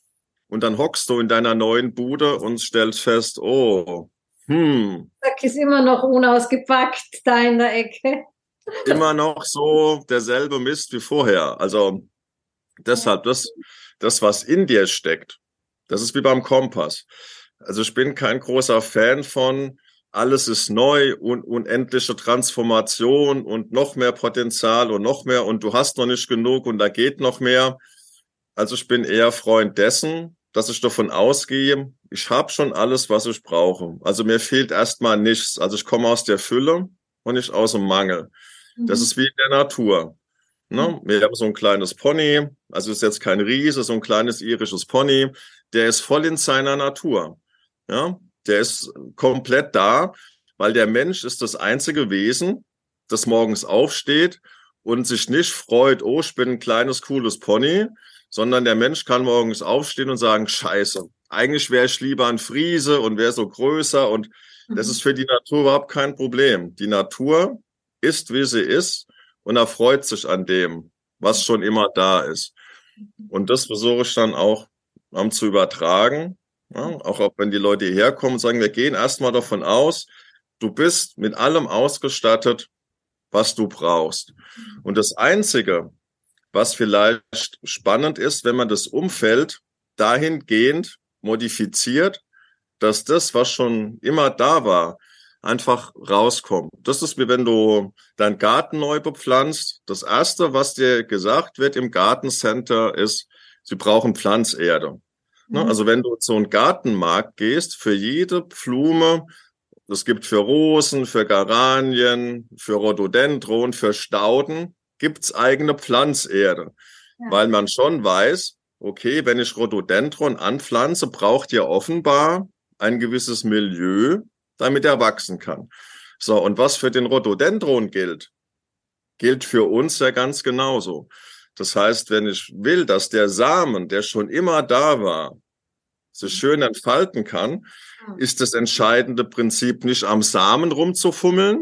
[SPEAKER 1] Und dann hockst du in deiner neuen Bude und stellst fest, oh, hm.
[SPEAKER 2] Der Sack ist immer noch unausgepackt da in der Ecke.
[SPEAKER 1] Immer noch so derselbe Mist wie vorher. Also deshalb, das, das, was in dir steckt, das ist wie beim Kompass. Also ich bin kein großer Fan von, alles ist neu und unendliche Transformation und noch mehr Potenzial und noch mehr und du hast noch nicht genug und da geht noch mehr. Also ich bin eher Freund dessen, dass ich davon ausgehe, ich habe schon alles, was ich brauche. Also mir fehlt erstmal nichts. Also ich komme aus der Fülle und nicht aus dem Mangel. Das ist wie in der Natur. Ne? Wir haben so ein kleines Pony, also ist jetzt kein Riese, so ein kleines irisches Pony, der ist voll in seiner Natur. Ja? Der ist komplett da, weil der Mensch ist das einzige Wesen, das morgens aufsteht und sich nicht freut, oh, ich bin ein kleines, cooles Pony, sondern der Mensch kann morgens aufstehen und sagen, scheiße, eigentlich wäre ich lieber ein Friese und wäre so größer und das ist für die Natur überhaupt kein Problem. Die Natur ist, wie sie ist und erfreut sich an dem, was schon immer da ist. Und das versuche ich dann auch um, zu übertragen, ja, auch, auch wenn die Leute hierher kommen und sagen, wir gehen erstmal davon aus, du bist mit allem ausgestattet, was du brauchst. Und das Einzige, was vielleicht spannend ist, wenn man das Umfeld dahingehend modifiziert, dass das, was schon immer da war, einfach rauskommt. Das ist wie wenn du deinen Garten neu bepflanzt. Das Erste, was dir gesagt wird im Gartencenter, ist, sie brauchen Pflanzerde. Mhm. Also wenn du zu einem Gartenmarkt gehst, für jede Blume, das gibt für Rosen, für Geranien, für Rhododendron, für Stauden, gibt's eigene Pflanzerde. Ja. Weil man schon weiß, okay, wenn ich Rhododendron anpflanze, braucht ihr offenbar ein gewisses Milieu, damit er wachsen kann. So, und was für den Rhododendron gilt, gilt für uns ja ganz genauso. Das heißt, wenn ich will, dass der Samen, der schon immer da war, sich schön entfalten kann, ist das entscheidende Prinzip nicht am Samen rumzufummeln,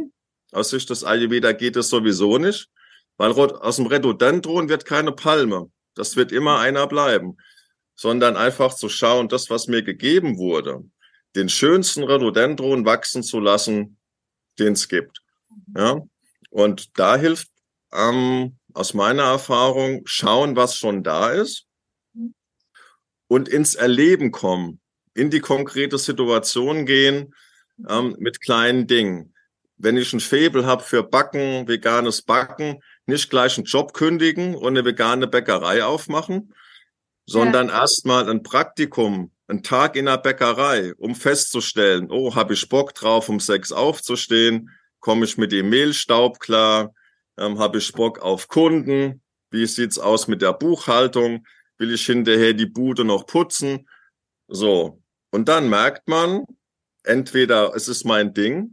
[SPEAKER 1] Aus Sicht des Ayurveda geht es sowieso nicht, weil aus dem Rhododendron wird keine Palme. Das wird immer einer bleiben, sondern einfach zu schauen, das, was mir gegeben wurde, den schönsten Rhododendron wachsen zu lassen, den es gibt. Ja? Und da hilft ähm, aus meiner Erfahrung, schauen, was schon da ist und ins Erleben kommen, in die konkrete Situation gehen ähm, mit kleinen Dingen. Wenn ich ein Faible habe für Backen, veganes Backen, nicht gleich einen Job kündigen und eine vegane Bäckerei aufmachen, sondern ja. erstmal ein Praktikum, einen Tag in der Bäckerei, um festzustellen, oh, habe ich Bock drauf, um sechs aufzustehen, komme ich mit dem Mehlstaub klar, ähm, habe ich Bock auf Kunden, wie sieht's aus mit der Buchhaltung, will ich hinterher die Bude noch putzen, so. Und dann merkt man, entweder es ist mein Ding,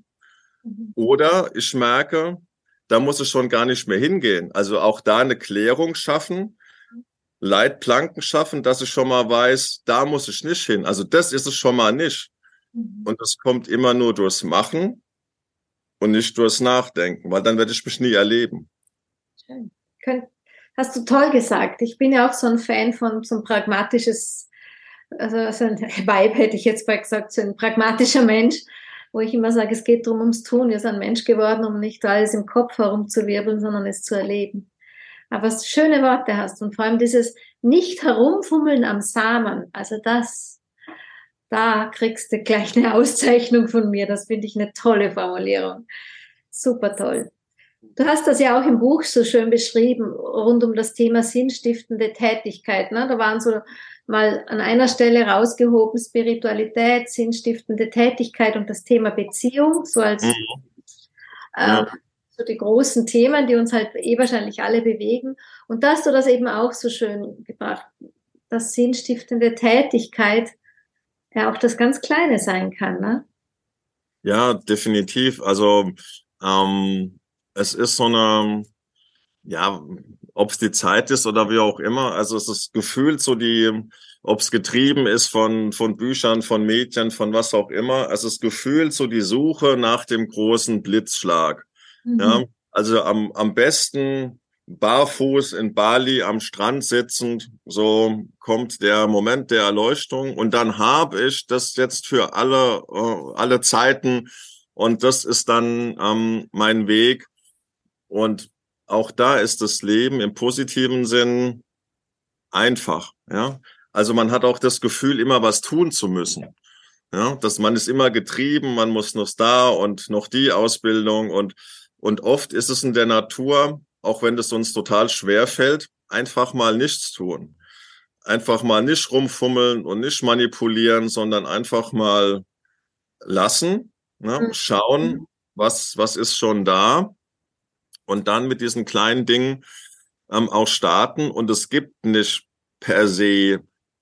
[SPEAKER 1] oder ich merke, da muss ich schon gar nicht mehr hingehen. Also auch da eine Klärung schaffen, Leitplanken schaffen, dass ich schon mal weiß, da muss ich nicht hin. Also das ist es schon mal nicht. Und das kommt immer nur durchs Machen und nicht durchs Nachdenken, weil dann werde ich mich nie erleben.
[SPEAKER 2] Schön. Hast du toll gesagt. Ich bin ja auch so ein Fan von so ein pragmatisches, also so ein Vibe hätte ich jetzt mal gesagt, so ein pragmatischer Mensch, wo ich immer sage, es geht darum, ums Tun. Wir sind ein Mensch geworden, um nicht alles im Kopf herumzuwirbeln, sondern es zu erleben. Aber was schöne Worte hast und vor allem dieses nicht herumfummeln am Samen, also das, da kriegst du gleich eine Auszeichnung von mir. Das finde ich eine tolle Formulierung. Super toll. Du hast das ja auch im Buch so schön beschrieben, rund um das Thema sinnstiftende Tätigkeit. Ne? Da waren so mal an einer Stelle rausgehoben, Spiritualität, sinnstiftende Tätigkeit und das Thema Beziehung, so als mhm.
[SPEAKER 1] ja.
[SPEAKER 2] ähm, so die großen Themen, die uns halt eh wahrscheinlich alle bewegen. Und da hast du das eben auch so schön gebracht, dass sinnstiftende Tätigkeit ja auch das ganz Kleine sein kann, ne?
[SPEAKER 1] Ja, definitiv. Also ähm, es ist so eine, ja, ob es die Zeit ist oder wie auch immer. Also es ist gefühlt so die, ob es getrieben ist von von Büchern, von Medien, von was auch immer. Es ist gefühlt so die Suche nach dem großen Blitzschlag. Mhm. Ja, also am am besten barfuß in Bali am Strand sitzend, so kommt der Moment der Erleuchtung und dann habe ich das jetzt für alle äh, alle Zeiten und das ist dann ähm, mein Weg. Und auch da ist das Leben im positiven Sinn einfach, ja. Also man hat auch das Gefühl, immer was tun zu müssen. Ja, dass man ist immer getrieben, man muss noch da und noch die Ausbildung und und oft ist es in der Natur, auch wenn es uns total schwer fällt, einfach mal nichts tun. Einfach mal nicht rumfummeln und nicht manipulieren, sondern einfach mal lassen, ne? Schauen, was was ist schon da. Und dann mit diesen kleinen Dingen ähm, auch starten. Und es gibt nicht per se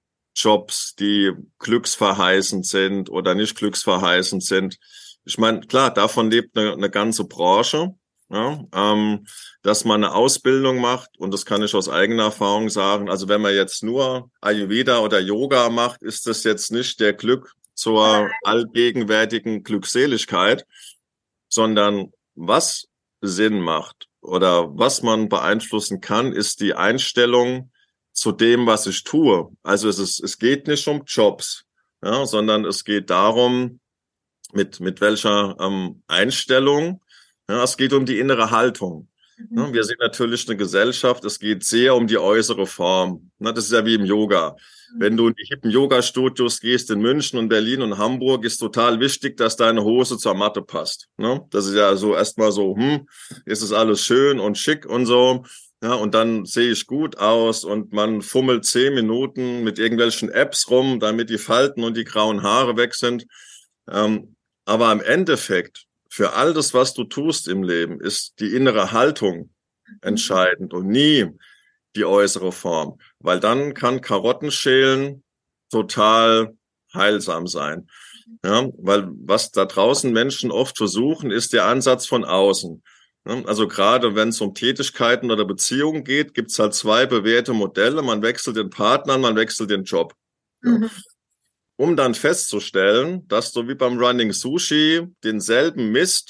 [SPEAKER 1] Jobs, die glücksverheißend sind oder nicht glücksverheißend sind. Ich meine, klar, davon lebt eine, eine ganze Branche, ja, ähm, dass man eine Ausbildung macht. Und das kann ich aus eigener Erfahrung sagen. Also wenn man jetzt nur Ayurveda oder Yoga macht, ist das jetzt nicht der Glück zur allgegenwärtigen Glückseligkeit, sondern was Sinn macht oder was man beeinflussen kann, ist die Einstellung zu dem, was ich tue. Also es ist, es geht nicht um Jobs, ja, sondern es geht darum, mit mit welcher ähm, Einstellung. Ja, es geht um die innere Haltung. Mhm. Ja, wir sind natürlich eine Gesellschaft. Es geht sehr um die äußere Form. Na, das ist ja wie im Yoga. Wenn du in die hippen Yoga-Studios gehst in München und Berlin und Hamburg, ist total wichtig, dass deine Hose zur Matte passt. Ne? Das ist ja so erstmal so, hm, ist es alles schön und schick und so. Ja, und dann sehe ich gut aus und man fummelt zehn Minuten mit irgendwelchen Apps rum, damit die Falten und die grauen Haare weg sind. Ähm, aber im Endeffekt, für all das, was du tust im Leben, ist die innere Haltung entscheidend und nie die äußere Form, weil dann kann Karottenschälen total heilsam sein. Ja, weil was da draußen Menschen oft versuchen, ist der Ansatz von außen. Ja, also gerade wenn es um Tätigkeiten oder Beziehungen geht, gibt's halt zwei bewährte Modelle. Man wechselt den Partner, man wechselt den Job. Mhm. Ja, um dann festzustellen, dass du wie beim Running Sushi denselben Mist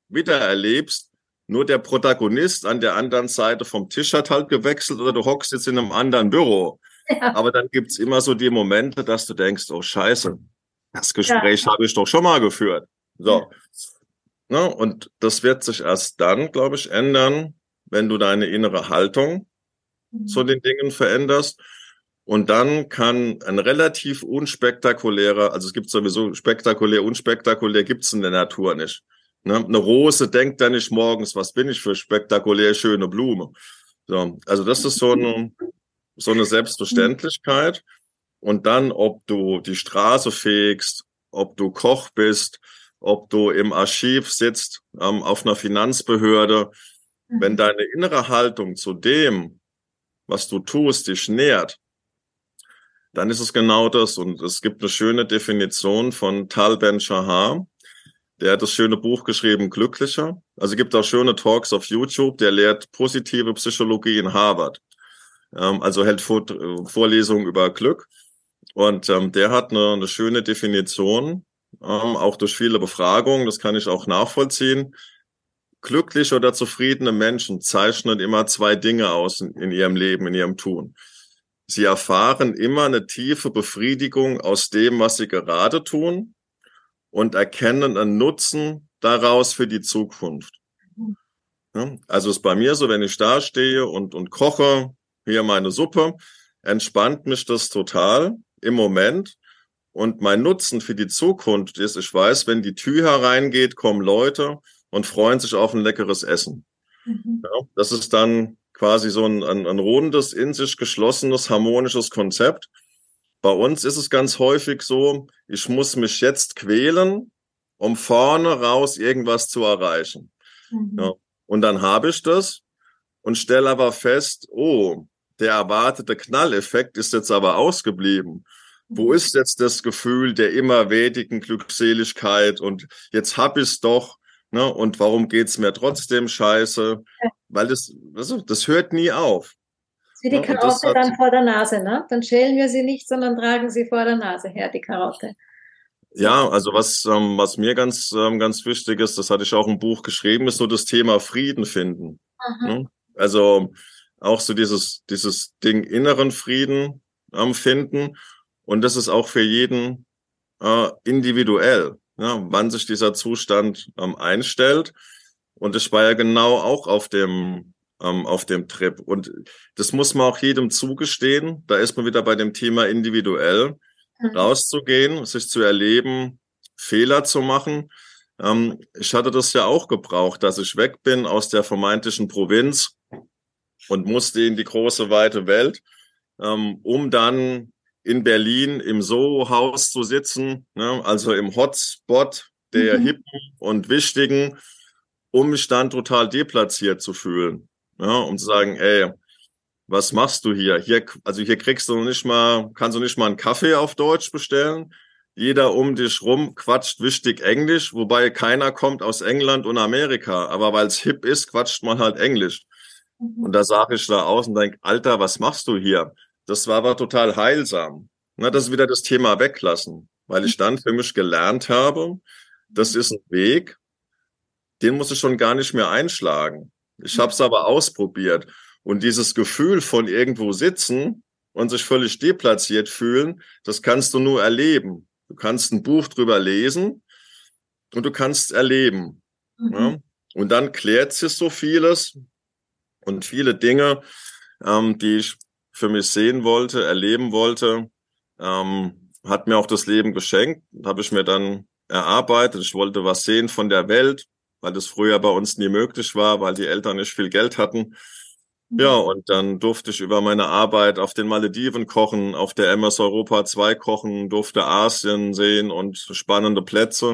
[SPEAKER 1] wieder erlebst, nur der Protagonist an der anderen Seite vom Tisch hat halt gewechselt oder du hockst jetzt in einem anderen Büro. Ja. Aber dann gibt's immer so die Momente, dass du denkst, oh Scheiße, das Gespräch ja. habe ich doch schon mal geführt. So. Ja. Ne? Und das wird sich erst dann, glaube ich, ändern, wenn du deine innere Haltung mhm. zu den Dingen veränderst. Und dann kann ein relativ unspektakulärer, also es gibt sowieso spektakulär, unspektakulär gibt's in der Natur nicht. Ne? Eine Rose denkt da nicht morgens, was bin ich für spektakulär schöne Blume. So, also das ist so eine, so eine Selbstverständlichkeit. Und dann, ob du die Straße fegst, ob du Koch bist, ob du im Archiv sitzt, ähm, auf einer Finanzbehörde, mhm. wenn deine innere Haltung zu dem, was du tust, dich nährt, dann ist es genau das. Und es gibt eine schöne Definition von Tal Ben-Shahar. Der hat das schöne Buch geschrieben, Glücklicher. Also es gibt auch schöne Talks auf YouTube. Der lehrt positive Psychologie in Harvard. Ähm, also hält Vor Vorlesungen über Glück. Und ähm, der hat eine, eine schöne Definition, ähm, auch durch viele Befragungen. Das kann ich auch nachvollziehen. Glückliche oder zufriedene Menschen zeichnen immer zwei Dinge aus in, in ihrem Leben, in ihrem Tun. Sie erfahren immer eine tiefe Befriedigung aus dem, was sie gerade tun und erkennen einen Nutzen daraus für die Zukunft. Ja, also ist bei mir so, wenn ich da stehe und, und koche, hier meine Suppe, entspannt mich das total im Moment. Und mein Nutzen für die Zukunft ist, ich weiß, wenn die Tür hereingeht, kommen Leute und freuen sich auf ein leckeres Essen. Mhm. Ja, das ist dann quasi so ein, ein, ein rundes, in sich geschlossenes, harmonisches Konzept. Bei uns ist es ganz häufig so, ich muss mich jetzt quälen, um vorne raus irgendwas zu erreichen. Mhm. Ja, und dann habe ich das und stelle aber fest, oh, der erwartete Knalleffekt ist jetzt aber ausgeblieben. Mhm. Wo ist jetzt das Gefühl der immerwährenden Glückseligkeit und jetzt hab ich's doch, ne? Und warum geht's mir trotzdem scheiße? Ja. Weil das, also, das hört nie auf.
[SPEAKER 2] Wie die Karotte ja, dann vor der Nase, ne? Dann schälen wir sie nicht, sondern tragen sie vor der Nase her, die Karotte.
[SPEAKER 1] So. Ja, also was, ähm, was mir ganz, ähm, ganz wichtig ist, das hatte ich auch im Buch geschrieben, ist so das Thema Frieden finden. Ne? Also auch so dieses, dieses Ding inneren Frieden ähm, finden. Und das ist auch für jeden äh, individuell, ja, wann sich dieser Zustand ähm, einstellt. Und ich war ja genau auch auf dem, ähm, auf dem Trip. Und das muss man auch jedem zugestehen. Da ist man wieder bei dem Thema individuell, mhm. rauszugehen, sich zu erleben, Fehler zu machen. Ähm, ich hatte das ja auch gebraucht, dass ich weg bin aus der vermeintlichen Provinz und musste in die große, weite Welt, ähm, um dann in Berlin im Soho-Haus zu sitzen, ne, also im Hotspot der mhm. Hippen und Wichtigen, um mich dann total deplatziert zu fühlen. Ja, um zu sagen, ey, was machst du hier? Hier, also hier kriegst du nicht mal, kannst du nicht mal einen Kaffee auf Deutsch bestellen. Jeder um dich rum quatscht wichtig Englisch, wobei keiner kommt aus England und Amerika. Aber weil es hip ist, quatscht man halt Englisch. Mhm. Und da sage ich da aus und denke, Alter, was machst du hier? Das war aber total heilsam. Na, das ist wieder das Thema weglassen, weil ich dann für mich gelernt habe, das ist ein Weg, den muss ich schon gar nicht mehr einschlagen. Ich habe es aber ausprobiert. Und dieses Gefühl von irgendwo sitzen und sich völlig deplatziert fühlen, das kannst du nur erleben. Du kannst ein Buch drüber lesen und du kannst erleben. Mhm. Ja? Und dann klärt sich so vieles und viele Dinge, ähm, die ich für mich sehen wollte, erleben wollte, ähm, hat mir auch das Leben geschenkt. Habe ich mir dann erarbeitet. Ich wollte was sehen von der Welt, weil das früher bei uns nie möglich war, weil die Eltern nicht viel Geld hatten. Ja, und dann durfte ich über meine Arbeit auf den Malediven kochen, auf der M S Europa zwei kochen, durfte Asien sehen und spannende Plätze,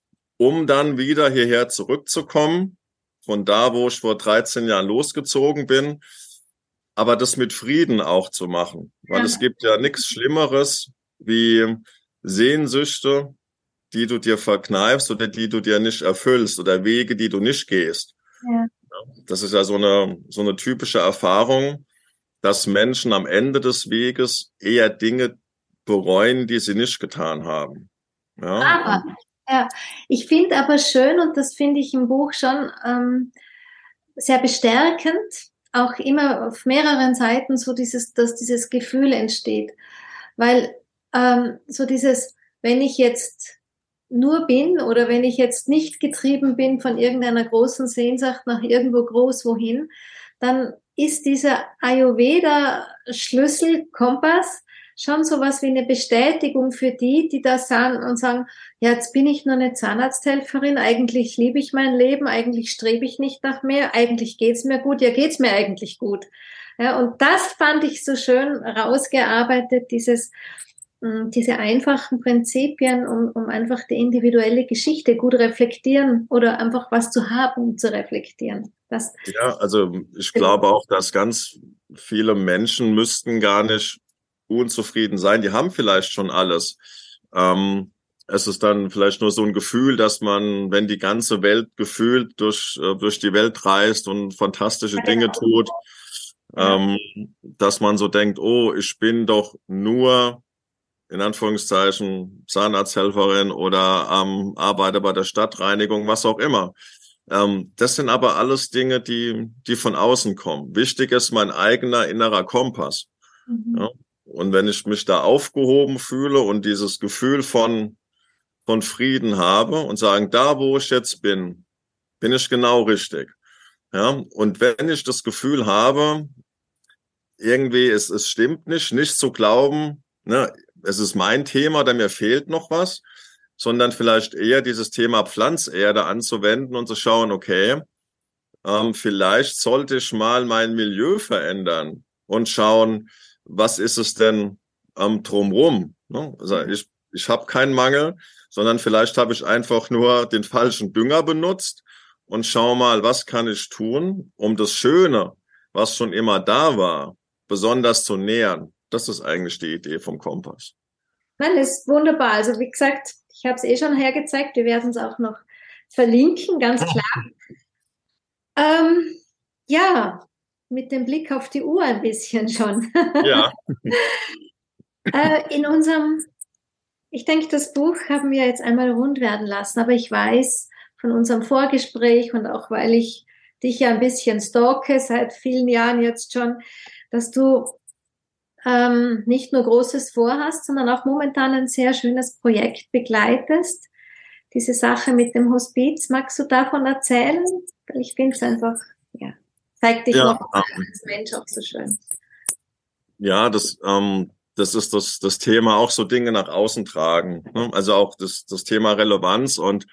[SPEAKER 1] um dann wieder hierher zurückzukommen, von da, wo ich vor dreizehn Jahren losgezogen bin, aber das mit Frieden auch zu machen, weil ja. es gibt ja nichts Schlimmeres wie Sehnsüchte, die du dir verkneifst oder die du dir nicht erfüllst oder Wege, die du nicht gehst. Ja. Das ist ja so eine, so eine typische Erfahrung, dass Menschen am Ende des Weges eher Dinge bereuen, die sie nicht getan haben. Ja.
[SPEAKER 2] Aber Ja, ich finde aber schön, und das finde ich im Buch schon ähm, sehr bestärkend, auch immer auf mehreren Seiten so dieses, dass dieses Gefühl entsteht. Weil ähm, so dieses, wenn ich jetzt nur bin oder wenn ich jetzt nicht getrieben bin von irgendeiner großen Sehnsucht nach irgendwo groß wohin, dann ist dieser Ayurveda-Schlüssel, Kompass, schon sowas wie eine Bestätigung für die, die da sagen und sagen, ja, jetzt bin ich nur eine Zahnarzthelferin, eigentlich liebe ich mein Leben, eigentlich strebe ich nicht nach mehr, eigentlich geht's mir gut, ja, geht's mir eigentlich gut. Ja, und das fand ich so schön rausgearbeitet, dieses, diese einfachen Prinzipien, um, um einfach die individuelle Geschichte gut reflektieren oder einfach was zu haben, um zu reflektieren. Das,
[SPEAKER 1] Ja, also ich glaube auch, dass ganz viele Menschen müssten gar nicht unzufrieden sein. Die haben vielleicht schon alles. Ähm, es ist dann vielleicht nur so ein Gefühl, dass man, wenn die ganze Welt gefühlt durch, äh, durch die Welt reist und fantastische Dinge tut, ähm, dass man so denkt, oh, ich bin doch nur in Anführungszeichen Zahnarzthelferin oder ähm, arbeite bei der Stadtreinigung, was auch immer. Ähm, das sind aber alles Dinge, die, die von außen kommen. Wichtig ist mein eigener innerer Kompass.
[SPEAKER 2] Mhm.
[SPEAKER 1] Ja? Und wenn ich mich da aufgehoben fühle und dieses Gefühl von, von Frieden habe und sagen, da wo ich jetzt bin, bin ich genau richtig. Ja? Und wenn ich das Gefühl habe, irgendwie, es, es stimmt nicht, nicht zu glauben, ne, es ist mein Thema, oder mir fehlt noch was, sondern vielleicht eher dieses Thema Pflanzerde anzuwenden und zu schauen, okay, ähm, vielleicht sollte ich mal mein Milieu verändern und schauen, was ist es denn ähm, drumrum. Ne? Also ich, ich habe keinen Mangel, sondern vielleicht habe ich einfach nur den falschen Dünger benutzt und schau mal, was kann ich tun, um das Schöne, was schon immer da war, besonders zu nähern. Das ist eigentlich die Idee vom Kompass.
[SPEAKER 2] Nein, das ist wunderbar. Also wie gesagt, ich habe es eh schon hergezeigt. Wir werden es auch noch verlinken, ganz klar. Ähm, ja, mit dem Blick auf die Uhr ein bisschen schon.
[SPEAKER 1] Ja.
[SPEAKER 2] äh, in unserem, ich denke, das Buch haben wir jetzt einmal rund werden lassen, aber ich weiß von unserem Vorgespräch und auch weil ich dich ja ein bisschen stalke seit vielen Jahren jetzt schon, dass du ähm, nicht nur Großes vorhast, sondern auch momentan ein sehr schönes Projekt begleitest. Diese Sache mit dem Hospiz, magst du davon erzählen? Ich finde es einfach, ja, zeigt dich
[SPEAKER 1] Ja,
[SPEAKER 2] noch als Mensch auch so schön.
[SPEAKER 1] ja, das, ähm, das ist das, das Thema, auch so Dinge nach außen tragen. Ne? Also auch das, das Thema Relevanz und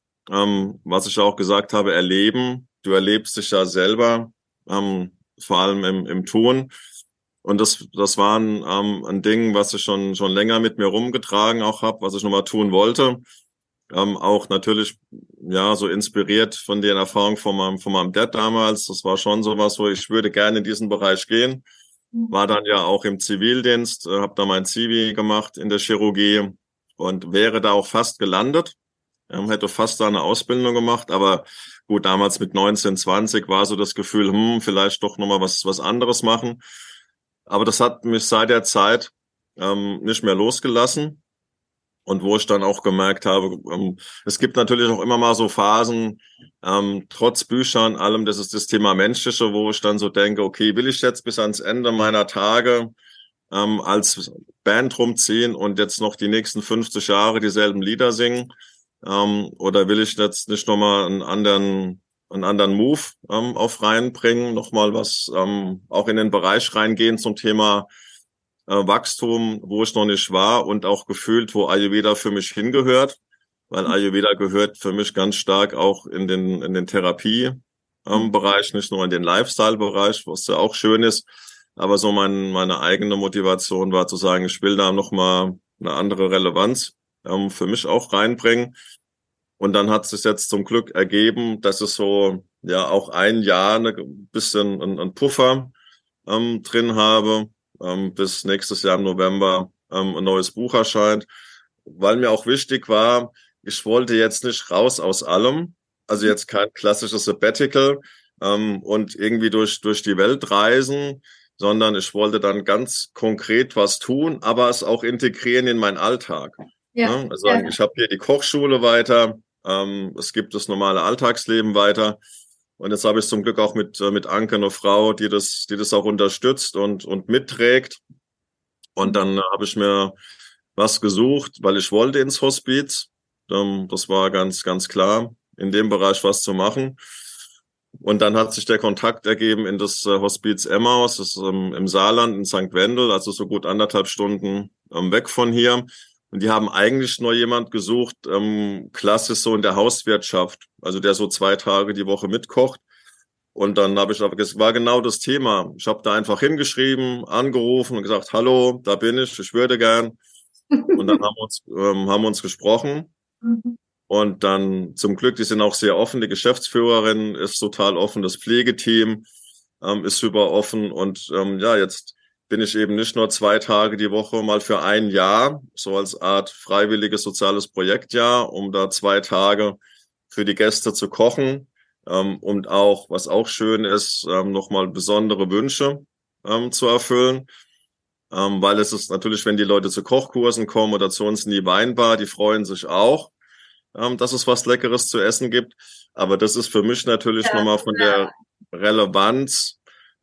[SPEAKER 1] ähm, was ich auch gesagt habe, erleben. Du erlebst dich ja selber, ähm, vor allem im, im Tun. Und das, das war ein, ähm, ein Ding, was ich schon, schon länger mit mir rumgetragen auch habe, was ich nochmal tun wollte. Ähm, auch natürlich, ja, so inspiriert von den Erfahrungen von meinem, von meinem Dad damals. Das war schon sowas, wo ich würde gerne in diesen Bereich gehen. War dann ja auch im Zivildienst, äh, habe da mein Zivi gemacht in der Chirurgie und wäre da auch fast gelandet. Ähm, hätte fast da eine Ausbildung gemacht, aber gut, damals mit neunzehn, zwanzig war so das Gefühl, hm, vielleicht doch nochmal was, was anderes machen. Aber das hat mich seit der Zeit ähm, nicht mehr losgelassen. Und wo ich dann auch gemerkt habe, ähm, es gibt natürlich auch immer mal so Phasen, ähm, trotz Büchern, allem, das ist das Thema Menschliche, wo ich dann so denke, okay, will ich jetzt bis ans Ende meiner Tage ähm, als Band rumziehen und jetzt noch die nächsten fünfzig Jahre dieselben Lieder singen? Ähm, oder will ich jetzt nicht nochmal einen anderen, einen anderen Move ähm, auf reinbringen, nochmal was ähm, auch in den Bereich reingehen zum Thema äh, Wachstum, wo ich noch nicht war und auch gefühlt, wo Ayurveda für mich hingehört, weil Ayurveda gehört für mich ganz stark auch in den in den Therapie ähm, Bereich, nicht nur in den Lifestyle-Bereich, was ja auch schön ist, aber so mein, meine eigene Motivation war zu sagen, ich will da nochmal eine andere Relevanz ähm, für mich auch reinbringen. Und dann hat es sich jetzt zum Glück ergeben, dass es so ja auch ein Jahr ein bisschen ein, ein Puffer ähm, drin habe, ähm, bis nächstes Jahr im November ähm, ein neues Buch erscheint, weil mir auch wichtig war, ich wollte jetzt nicht raus aus allem, also jetzt kein klassisches Sabbatical ähm, und irgendwie durch durch die Welt reisen, sondern ich wollte dann ganz konkret was tun, aber es auch integrieren in meinen Alltag.
[SPEAKER 2] Ja.
[SPEAKER 1] Ne? Also
[SPEAKER 2] Ja.
[SPEAKER 1] ich habe hier die Kochschule weiter, ähm, es gibt das normale Alltagsleben weiter. Und jetzt habe ich zum Glück auch mit, äh, mit Anke eine Frau, die das, die das auch unterstützt und, und mitträgt. Und dann äh, habe ich mir was gesucht, weil ich wollte ins Hospiz. Ähm, das war ganz, ganz klar, in dem Bereich was zu machen. Und dann hat sich der Kontakt ergeben in das äh, Hospiz Emmaus, das ist ähm, im Saarland in Sankt Wendel, also so gut anderthalb Stunden ähm, weg von hier. Und die haben eigentlich nur jemand gesucht, ähm, klassisch so in der Hauswirtschaft, also der so zwei Tage die Woche mitkocht. Und dann habe ich, es war genau das Thema. Ich habe da einfach hingeschrieben, angerufen und gesagt, hallo, da bin ich, ich würde gern. Und dann haben wir uns, ähm, haben wir uns gesprochen.
[SPEAKER 2] Mhm.
[SPEAKER 1] Und dann zum Glück, die sind auch sehr offen. Die Geschäftsführerin ist total offen. Das Pflegeteam ähm, ist super offen. Und ähm, ja, jetzt bin ich eben nicht nur zwei Tage die Woche mal für ein Jahr, so als Art freiwilliges soziales Projektjahr, um da zwei Tage für die Gäste zu kochen. Ähm, und auch, was auch schön ist, ähm, nochmal besondere Wünsche ähm, zu erfüllen. Ähm, weil es ist natürlich, wenn die Leute zu Kochkursen kommen oder zu uns in die Weinbar, die freuen sich auch, ähm, dass es was Leckeres zu essen gibt. Aber das ist für mich natürlich
[SPEAKER 2] Ja,
[SPEAKER 1] nochmal von
[SPEAKER 2] ja,
[SPEAKER 1] der Relevanz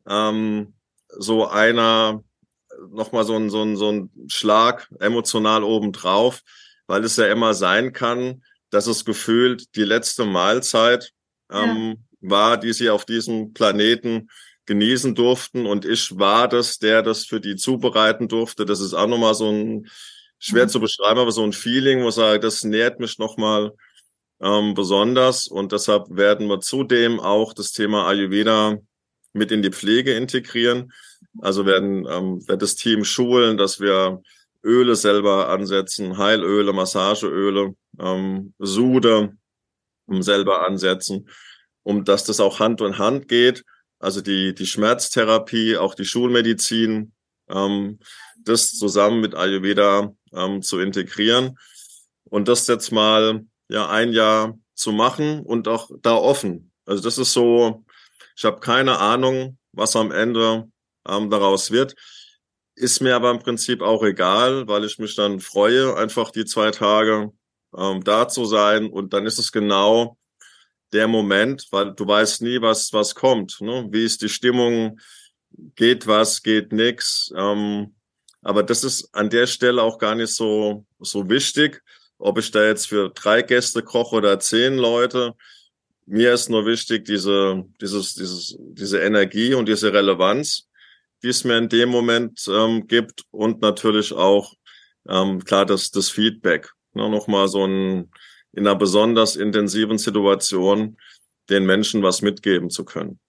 [SPEAKER 1] ähm, so einer, nochmal so ein, so ein, so ein Schlag emotional obendrauf, weil es ja immer sein kann, dass es gefühlt die letzte Mahlzeit
[SPEAKER 2] ja.
[SPEAKER 1] ähm, war, die sie auf diesem Planeten genießen durften. Und ich war das, der das für die zubereiten durfte. Das ist auch nochmal so ein, schwer
[SPEAKER 2] Mhm.
[SPEAKER 1] zu beschreiben, aber so ein Feeling, wo ich sage, das nährt mich nochmal ähm, besonders. Und deshalb werden wir zudem auch das Thema Ayurveda mit in die Pflege integrieren. Also werden, ähm, wird das Team schulen, dass wir Öle selber ansetzen, Heilöle, Massageöle, ähm, Sude um selber ansetzen, um dass das auch Hand in Hand geht. Also die, die Schmerztherapie, auch die Schulmedizin, ähm, das zusammen mit Ayurveda ähm, zu integrieren und das jetzt mal ja ein Jahr zu machen und auch da offen. Also das ist so, ich habe keine Ahnung, was am Ende ähm, daraus wird. Ist mir aber im Prinzip auch egal, weil ich mich dann freue, einfach die zwei Tage ähm, da zu sein. Und dann ist es genau der Moment, weil du weißt nie, was was kommt. Ne? Wie ist die Stimmung? Geht was? Geht nix? Ähm, aber das ist an der Stelle auch gar nicht so so wichtig, ob ich da jetzt für drei Gäste koche oder zehn Leute. Mir ist nur wichtig diese dieses dieses diese Energie und diese Relevanz, die es mir in dem Moment ähm, gibt und natürlich auch ähm, klar das das Feedback. Ne? Nochmal so ein in einer besonders intensiven Situation den Menschen was mitgeben zu können.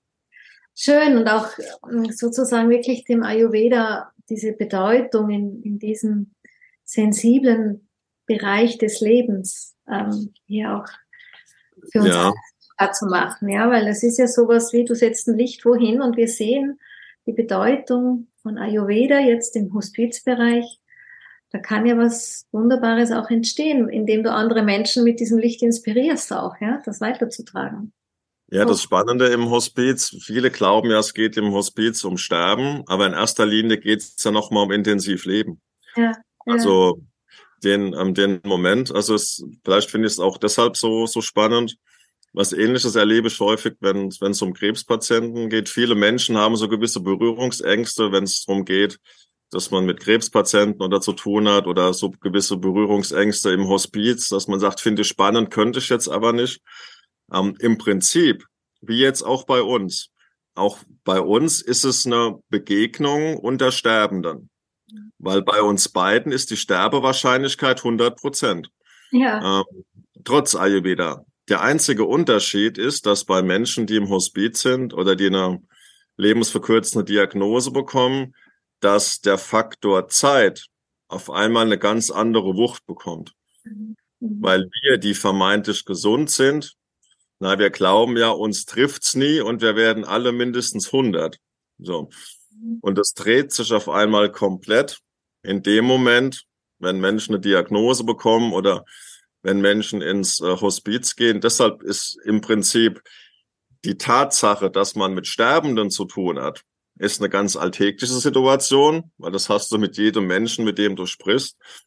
[SPEAKER 2] Schön und auch ähm, sozusagen wirklich dem Ayurveda diese Bedeutung in, in diesem sensiblen Bereich des Lebens ähm, hier auch für uns
[SPEAKER 1] Ja,
[SPEAKER 2] alle zu machen, ja, weil es ist ja sowas wie, du setzt ein Licht wohin und wir sehen die Bedeutung von Ayurveda jetzt im Hospizbereich. Da kann ja was Wunderbares auch entstehen, indem du andere Menschen mit diesem Licht inspirierst auch, ja, das weiterzutragen.
[SPEAKER 1] ja,
[SPEAKER 2] Oh,
[SPEAKER 1] das Spannende im Hospiz, viele glauben ja, es geht im Hospiz um Sterben, aber in erster Linie geht es ja nochmal um Intensivleben.
[SPEAKER 2] ja, ja.
[SPEAKER 1] Also den, ähm, den Moment, also es, vielleicht finde ich es auch deshalb so, so spannend. Was Ähnliches erlebe ich häufig, wenn wenn es um Krebspatienten geht. Viele Menschen haben so gewisse Berührungsängste, wenn es darum geht, dass man mit Krebspatienten oder zu tun hat oder so gewisse Berührungsängste im Hospiz, dass man sagt, finde ich spannend, könnte ich jetzt aber nicht. Ähm, im Prinzip, wie jetzt auch bei uns. Auch bei uns ist es eine Begegnung unter Sterbenden, weil bei uns beiden ist die Sterbewahrscheinlichkeit hundert Prozent.
[SPEAKER 2] Ja.
[SPEAKER 1] Ähm, trotz Ayurveda. Der einzige Unterschied ist, dass bei Menschen, die im Hospiz sind oder die eine lebensverkürzende Diagnose bekommen, dass der Faktor Zeit auf einmal eine ganz andere Wucht bekommt.
[SPEAKER 2] Mhm. Mhm.
[SPEAKER 1] Weil wir, die vermeintlich gesund sind, na, wir glauben ja, uns trifft's nie und wir werden alle mindestens hundert. So. Und das dreht sich auf einmal komplett in dem Moment, wenn Menschen eine Diagnose bekommen oder wenn Menschen ins äh, Hospiz gehen. Deshalb ist im Prinzip die Tatsache, dass man mit Sterbenden zu tun hat, ist eine ganz alltägliche Situation, weil das hast du mit jedem Menschen, mit dem du sprichst.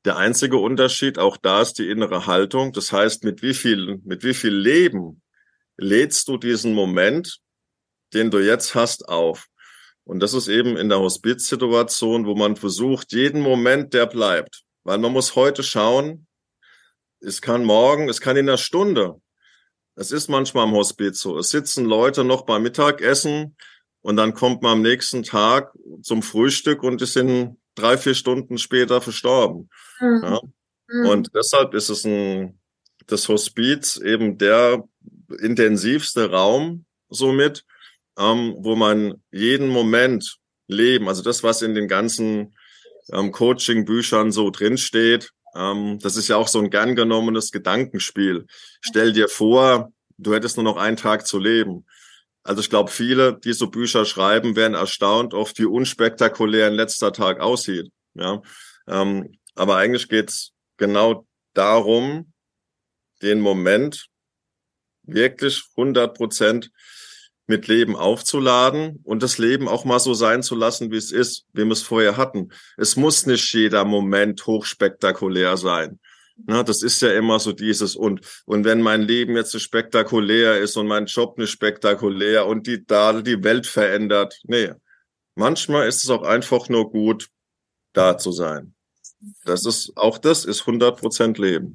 [SPEAKER 1] Der einzige Unterschied, auch da ist die innere Haltung. Das heißt, mit wie viel, mit wie viel Leben lädst du diesen Moment, den du jetzt hast, auf? Und das ist eben in der Hospizsituation, wo man versucht, jeden Moment, der bleibt. Weil man muss heute schauen, es kann morgen, es kann in einer Stunde. Es ist manchmal im Hospiz so. Es sitzen Leute noch beim Mittagessen und dann kommt man am nächsten Tag zum Frühstück und die sind drei, vier Stunden später verstorben. Mhm. Ja? Mhm. Und deshalb ist es ein, das Hospiz eben der intensivste Raum somit, ähm, wo man jeden Moment leben, also das, was in den ganzen ähm, Coaching-Büchern so drinsteht, ähm, das ist ja auch so ein gern genommenes Gedankenspiel. Stell dir vor, du hättest nur noch einen Tag zu leben. Also ich glaube, viele, die so Bücher schreiben, werden erstaunt, oft wie unspektakulär ein letzter Tag aussieht. Ja, ähm, aber eigentlich geht's genau darum, den Moment wirklich hundert Prozent mit Leben aufzuladen und das Leben auch mal so sein zu lassen, wie es ist, wie wir es vorher hatten. Es muss nicht jeder Moment hochspektakulär sein. Na, das ist ja immer so dieses und und wenn mein Leben jetzt so spektakulär ist und mein Job nicht spektakulär und die da die Welt verändert. Nee, manchmal ist es auch einfach nur gut, da zu sein. Das ist auch das ist hundert Prozent Leben.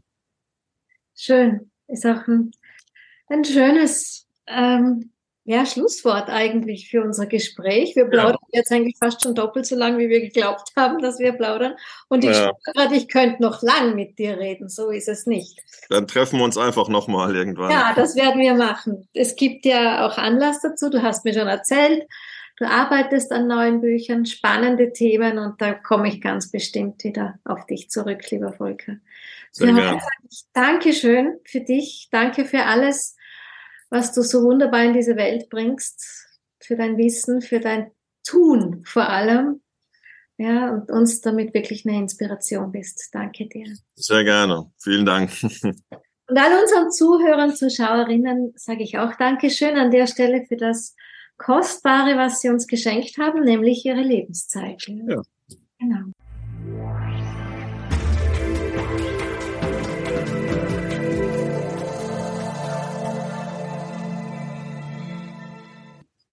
[SPEAKER 2] Schön, ist auch ein, ein schönes ähm, ja, Schlusswort eigentlich für unser Gespräch. Wir plaudern ja jetzt eigentlich fast schon doppelt so lang, wie wir geglaubt haben, dass wir plaudern. Und ich ja. spüre gerade, ich könnte noch lang mit dir reden. So ist es nicht.
[SPEAKER 1] Dann treffen wir uns einfach nochmal irgendwann.
[SPEAKER 2] Ja, das werden wir machen. Es gibt ja auch Anlass dazu. Du hast mir schon erzählt, du arbeitest an neuen Büchern, spannende Themen und da komme ich ganz bestimmt wieder auf dich zurück, lieber Volker.
[SPEAKER 1] Sehr gerne.
[SPEAKER 2] Danke schön für dich. Danke für alles, was du so wunderbar in diese Welt bringst, für dein Wissen, für dein Tun vor allem, ja, und uns damit wirklich eine Inspiration bist. Danke dir.
[SPEAKER 1] Sehr gerne. Vielen Dank.
[SPEAKER 2] Und all unseren Zuhörern, Zuschauerinnen sage ich auch Dankeschön an der Stelle für das Kostbare, was sie uns geschenkt haben, nämlich ihre Lebenszeit.
[SPEAKER 1] Ja.